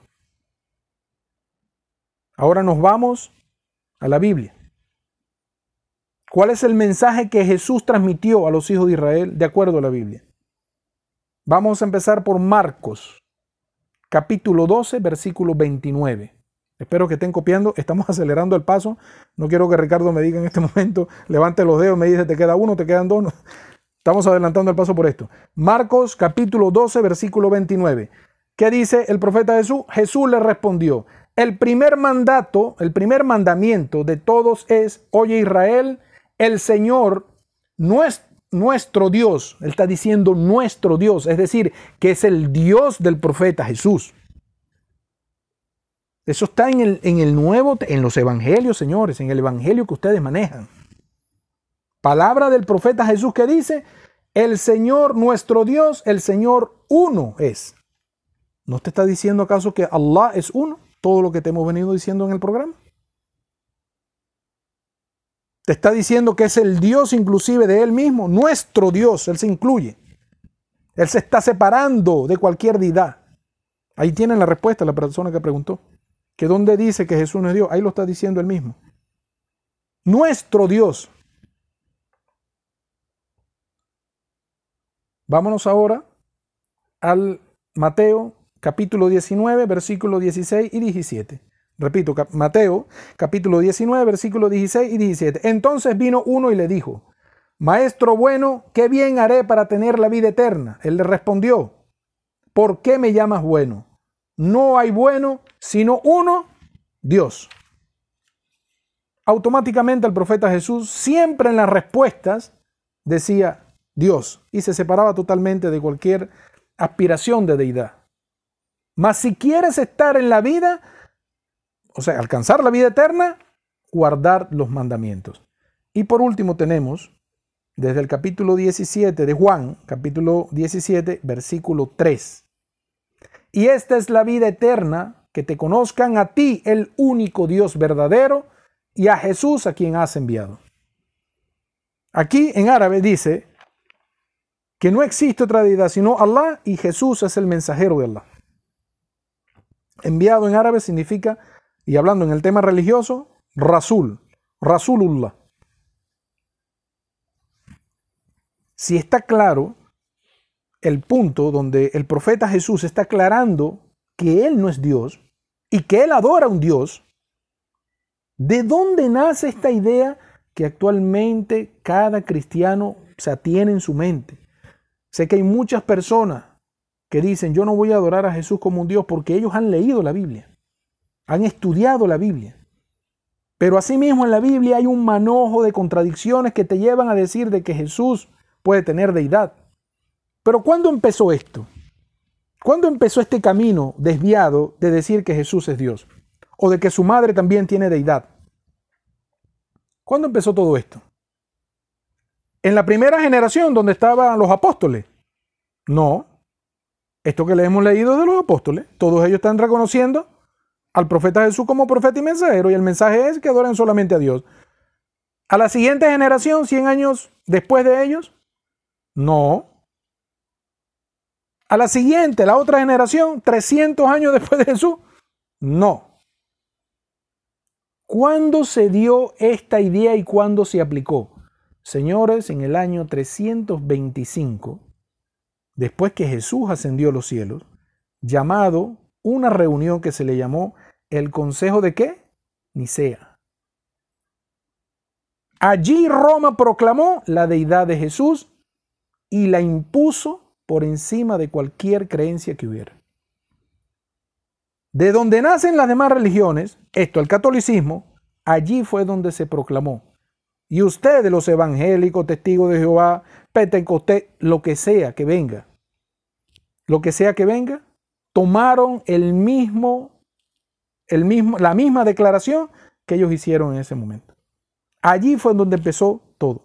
Ahora nos vamos a la Biblia. ¿Cuál es el mensaje que Jesús transmitió a los hijos de Israel de acuerdo a la Biblia? Vamos a empezar por Marcos, capítulo doce, versículo veintinueve. Espero que estén copiando, estamos acelerando el paso. No quiero que Ricardo me diga en este momento, levante los dedos, me dice, te queda uno, te quedan dos. No. Estamos adelantando el paso por esto. Marcos, capítulo doce, versículo veintinueve. ¿Qué dice el profeta Jesús? Jesús le respondió, el primer mandato, el primer mandamiento de todos es, oye Israel, el Señor no es nuestro Dios. Él está diciendo nuestro Dios, es decir, que es el Dios del profeta Jesús. Eso está en el, en el nuevo, en los evangelios, señores, en el evangelio que ustedes manejan. Palabra del profeta Jesús que dice, el Señor nuestro Dios, el Señor uno es. ¿No te está diciendo acaso que Allah es uno? Todo lo que te hemos venido diciendo en el programa. Te está diciendo que es el Dios inclusive de Él mismo, nuestro Dios, Él se incluye. Él se está separando de cualquier deidad. Ahí tienen la respuesta a la persona que preguntó. Que dónde dice que Jesús no es Dios, ahí lo está diciendo Él mismo. Nuestro Dios. Vámonos ahora al Mateo capítulo diecinueve, versículos dieciséis y diecisiete. Repito, Mateo capítulo diecinueve, versículos dieciséis y diecisiete. Entonces vino uno y le dijo, Maestro bueno, ¿qué bien haré para tener la vida eterna? Él le respondió, ¿por qué me llamas bueno? No hay bueno, sino uno, Dios. Automáticamente el profeta Jesús siempre en las respuestas decía Dios y se separaba totalmente de cualquier aspiración de deidad. Mas si quieres estar en la vida, o sea, alcanzar la vida eterna, guardar los mandamientos. Y por último tenemos, desde el capítulo diecisiete de Juan, capítulo diecisiete, versículo tres. Y esta es la vida eterna, que te conozcan a ti, el único Dios verdadero, y a Jesús a quien has enviado. Aquí en árabe dice que no existe otra deidad sino Allah y Jesús es el mensajero de Allah. Enviado en árabe significa, y hablando en el tema religioso, Rasul, Rasulullah. Si está claro el punto donde el profeta Jesús está aclarando que Él no es Dios y que Él adora a un Dios, ¿de dónde nace esta idea que actualmente cada cristiano se tiene en su mente? Sé que hay muchas personas que dicen, yo no voy a adorar a Jesús como un Dios porque ellos han leído la Biblia, han estudiado la Biblia. Pero asimismo en la Biblia hay un manojo de contradicciones que te llevan a decir de que Jesús puede tener deidad. Pero ¿cuándo empezó esto? ¿Cuándo empezó este camino desviado de decir que Jesús es Dios? O de que su madre también tiene deidad. ¿Cuándo empezó todo esto? ¿En la primera generación donde estaban los apóstoles? No. Esto que le hemos leído es de los apóstoles. Todos ellos están reconociendo al profeta Jesús como profeta y mensajero. Y el mensaje es que adoren solamente a Dios. ¿A la siguiente generación, cien años después de ellos? No. ¿A la siguiente, la otra generación, trescientos años después de Jesús? No. ¿Cuándo se dio esta idea y cuándo se aplicó? Señores, en el año trescientos veinticinco, después que Jesús ascendió a los cielos, llamado una reunión que se le llamó el Consejo de ¿qué? Nicea. Allí Roma proclamó la deidad de Jesús y la impuso por encima de cualquier creencia que hubiera. De donde nacen las demás religiones, esto, el catolicismo, allí fue donde se proclamó. Y ustedes, los evangélicos, testigos de Jehová, Pentecostés, lo que sea que venga, lo que sea que venga, tomaron el mismo, el mismo, la misma declaración que ellos hicieron en ese momento. Allí fue donde empezó todo.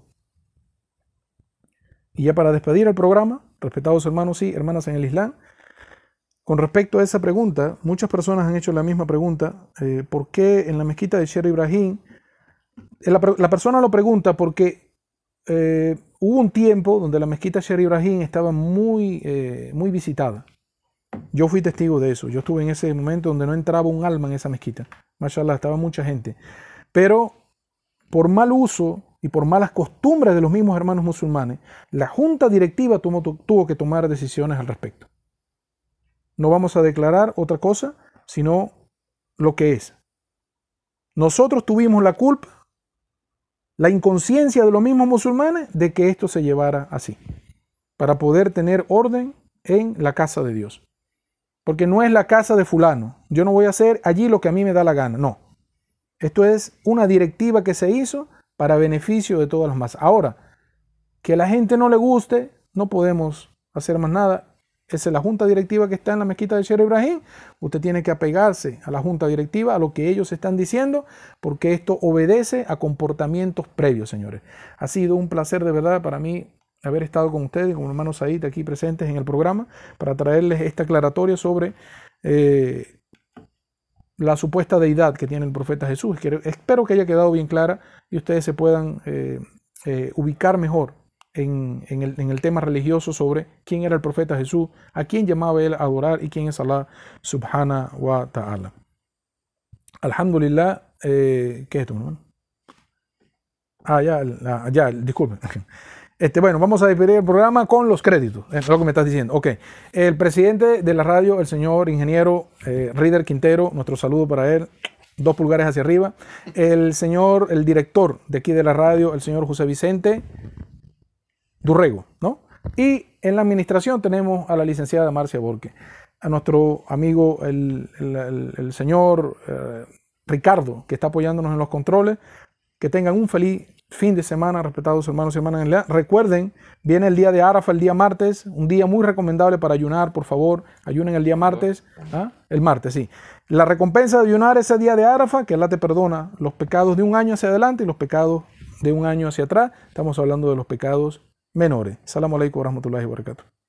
Y ya para despedir el programa, respetados hermanos y hermanas en el Islam, con respecto a esa pregunta, muchas personas han hecho la misma pregunta. Eh, ¿Por qué en la mezquita de Sheikh Ibrahim la, la persona lo pregunta porque eh, hubo un tiempo donde la mezquita Sheikh Ibrahim estaba muy, eh, muy visitada. Yo fui testigo de eso. Yo estuve en ese momento donde no entraba un alma en esa mezquita. Mashallah, estaba mucha gente. Pero por mal uso y por malas costumbres de los mismos hermanos musulmanes, la junta directiva tuvo, tuvo que tomar decisiones al respecto. No vamos a declarar otra cosa, sino lo que es. Nosotros tuvimos la culpa, la inconsciencia de los mismos musulmanes de que esto se llevara así, para poder tener orden en la casa de Dios. Porque no es la casa de fulano. Yo no voy a hacer allí lo que a mí me da la gana. No. Esto es una directiva que se hizo para beneficio de todas las masas. Ahora, que a la gente no le guste, no podemos hacer más nada. Esa es la junta directiva que está en la mezquita de Sheikh Ibrahim. Usted tiene que apegarse a la junta directiva, a lo que ellos están diciendo, porque esto obedece a comportamientos previos, señores. Ha sido un placer de verdad para mí haber estado con ustedes, con el hermano Said aquí presentes en el programa, para traerles esta aclaratoria sobre eh, la supuesta deidad que tiene el profeta Jesús. Espero que haya quedado bien clara y ustedes se puedan eh, eh, ubicar mejor en, en, el, en el tema religioso sobre quién era el profeta Jesús, a quién llamaba él a adorar y quién es Allah subhanahu wa ta'ala. Alhamdulillah, eh, ¿qué es esto? ¿No? Ah, ya, la, ya, disculpen. Este, bueno, vamos a despedir el programa con los créditos, es lo que me estás diciendo. Ok, el presidente de la radio, el señor ingeniero eh, Rider Quintero, nuestro saludo para él, dos pulgares hacia arriba. El señor, el director de aquí de la radio, el señor José Vicente Durrego, ¿no? Y en la administración tenemos a la licenciada Marcia Borque, a nuestro amigo el, el, el, el señor eh, Ricardo, que está apoyándonos en los controles. Que tengan un feliz fin de semana, respetados hermanos y hermanas en la. Recuerden, viene el día de Arafa, el día martes, un día muy recomendable para ayunar, por favor, ayunen el día martes, ¿ah? El martes, sí. La recompensa de ayunar ese día de Arafa, que Allah te perdona los pecados de un año hacia adelante y los pecados de un año hacia atrás. Estamos hablando de los pecados menores. Salamu alaikum wa rahmatullahi wa barakatuh.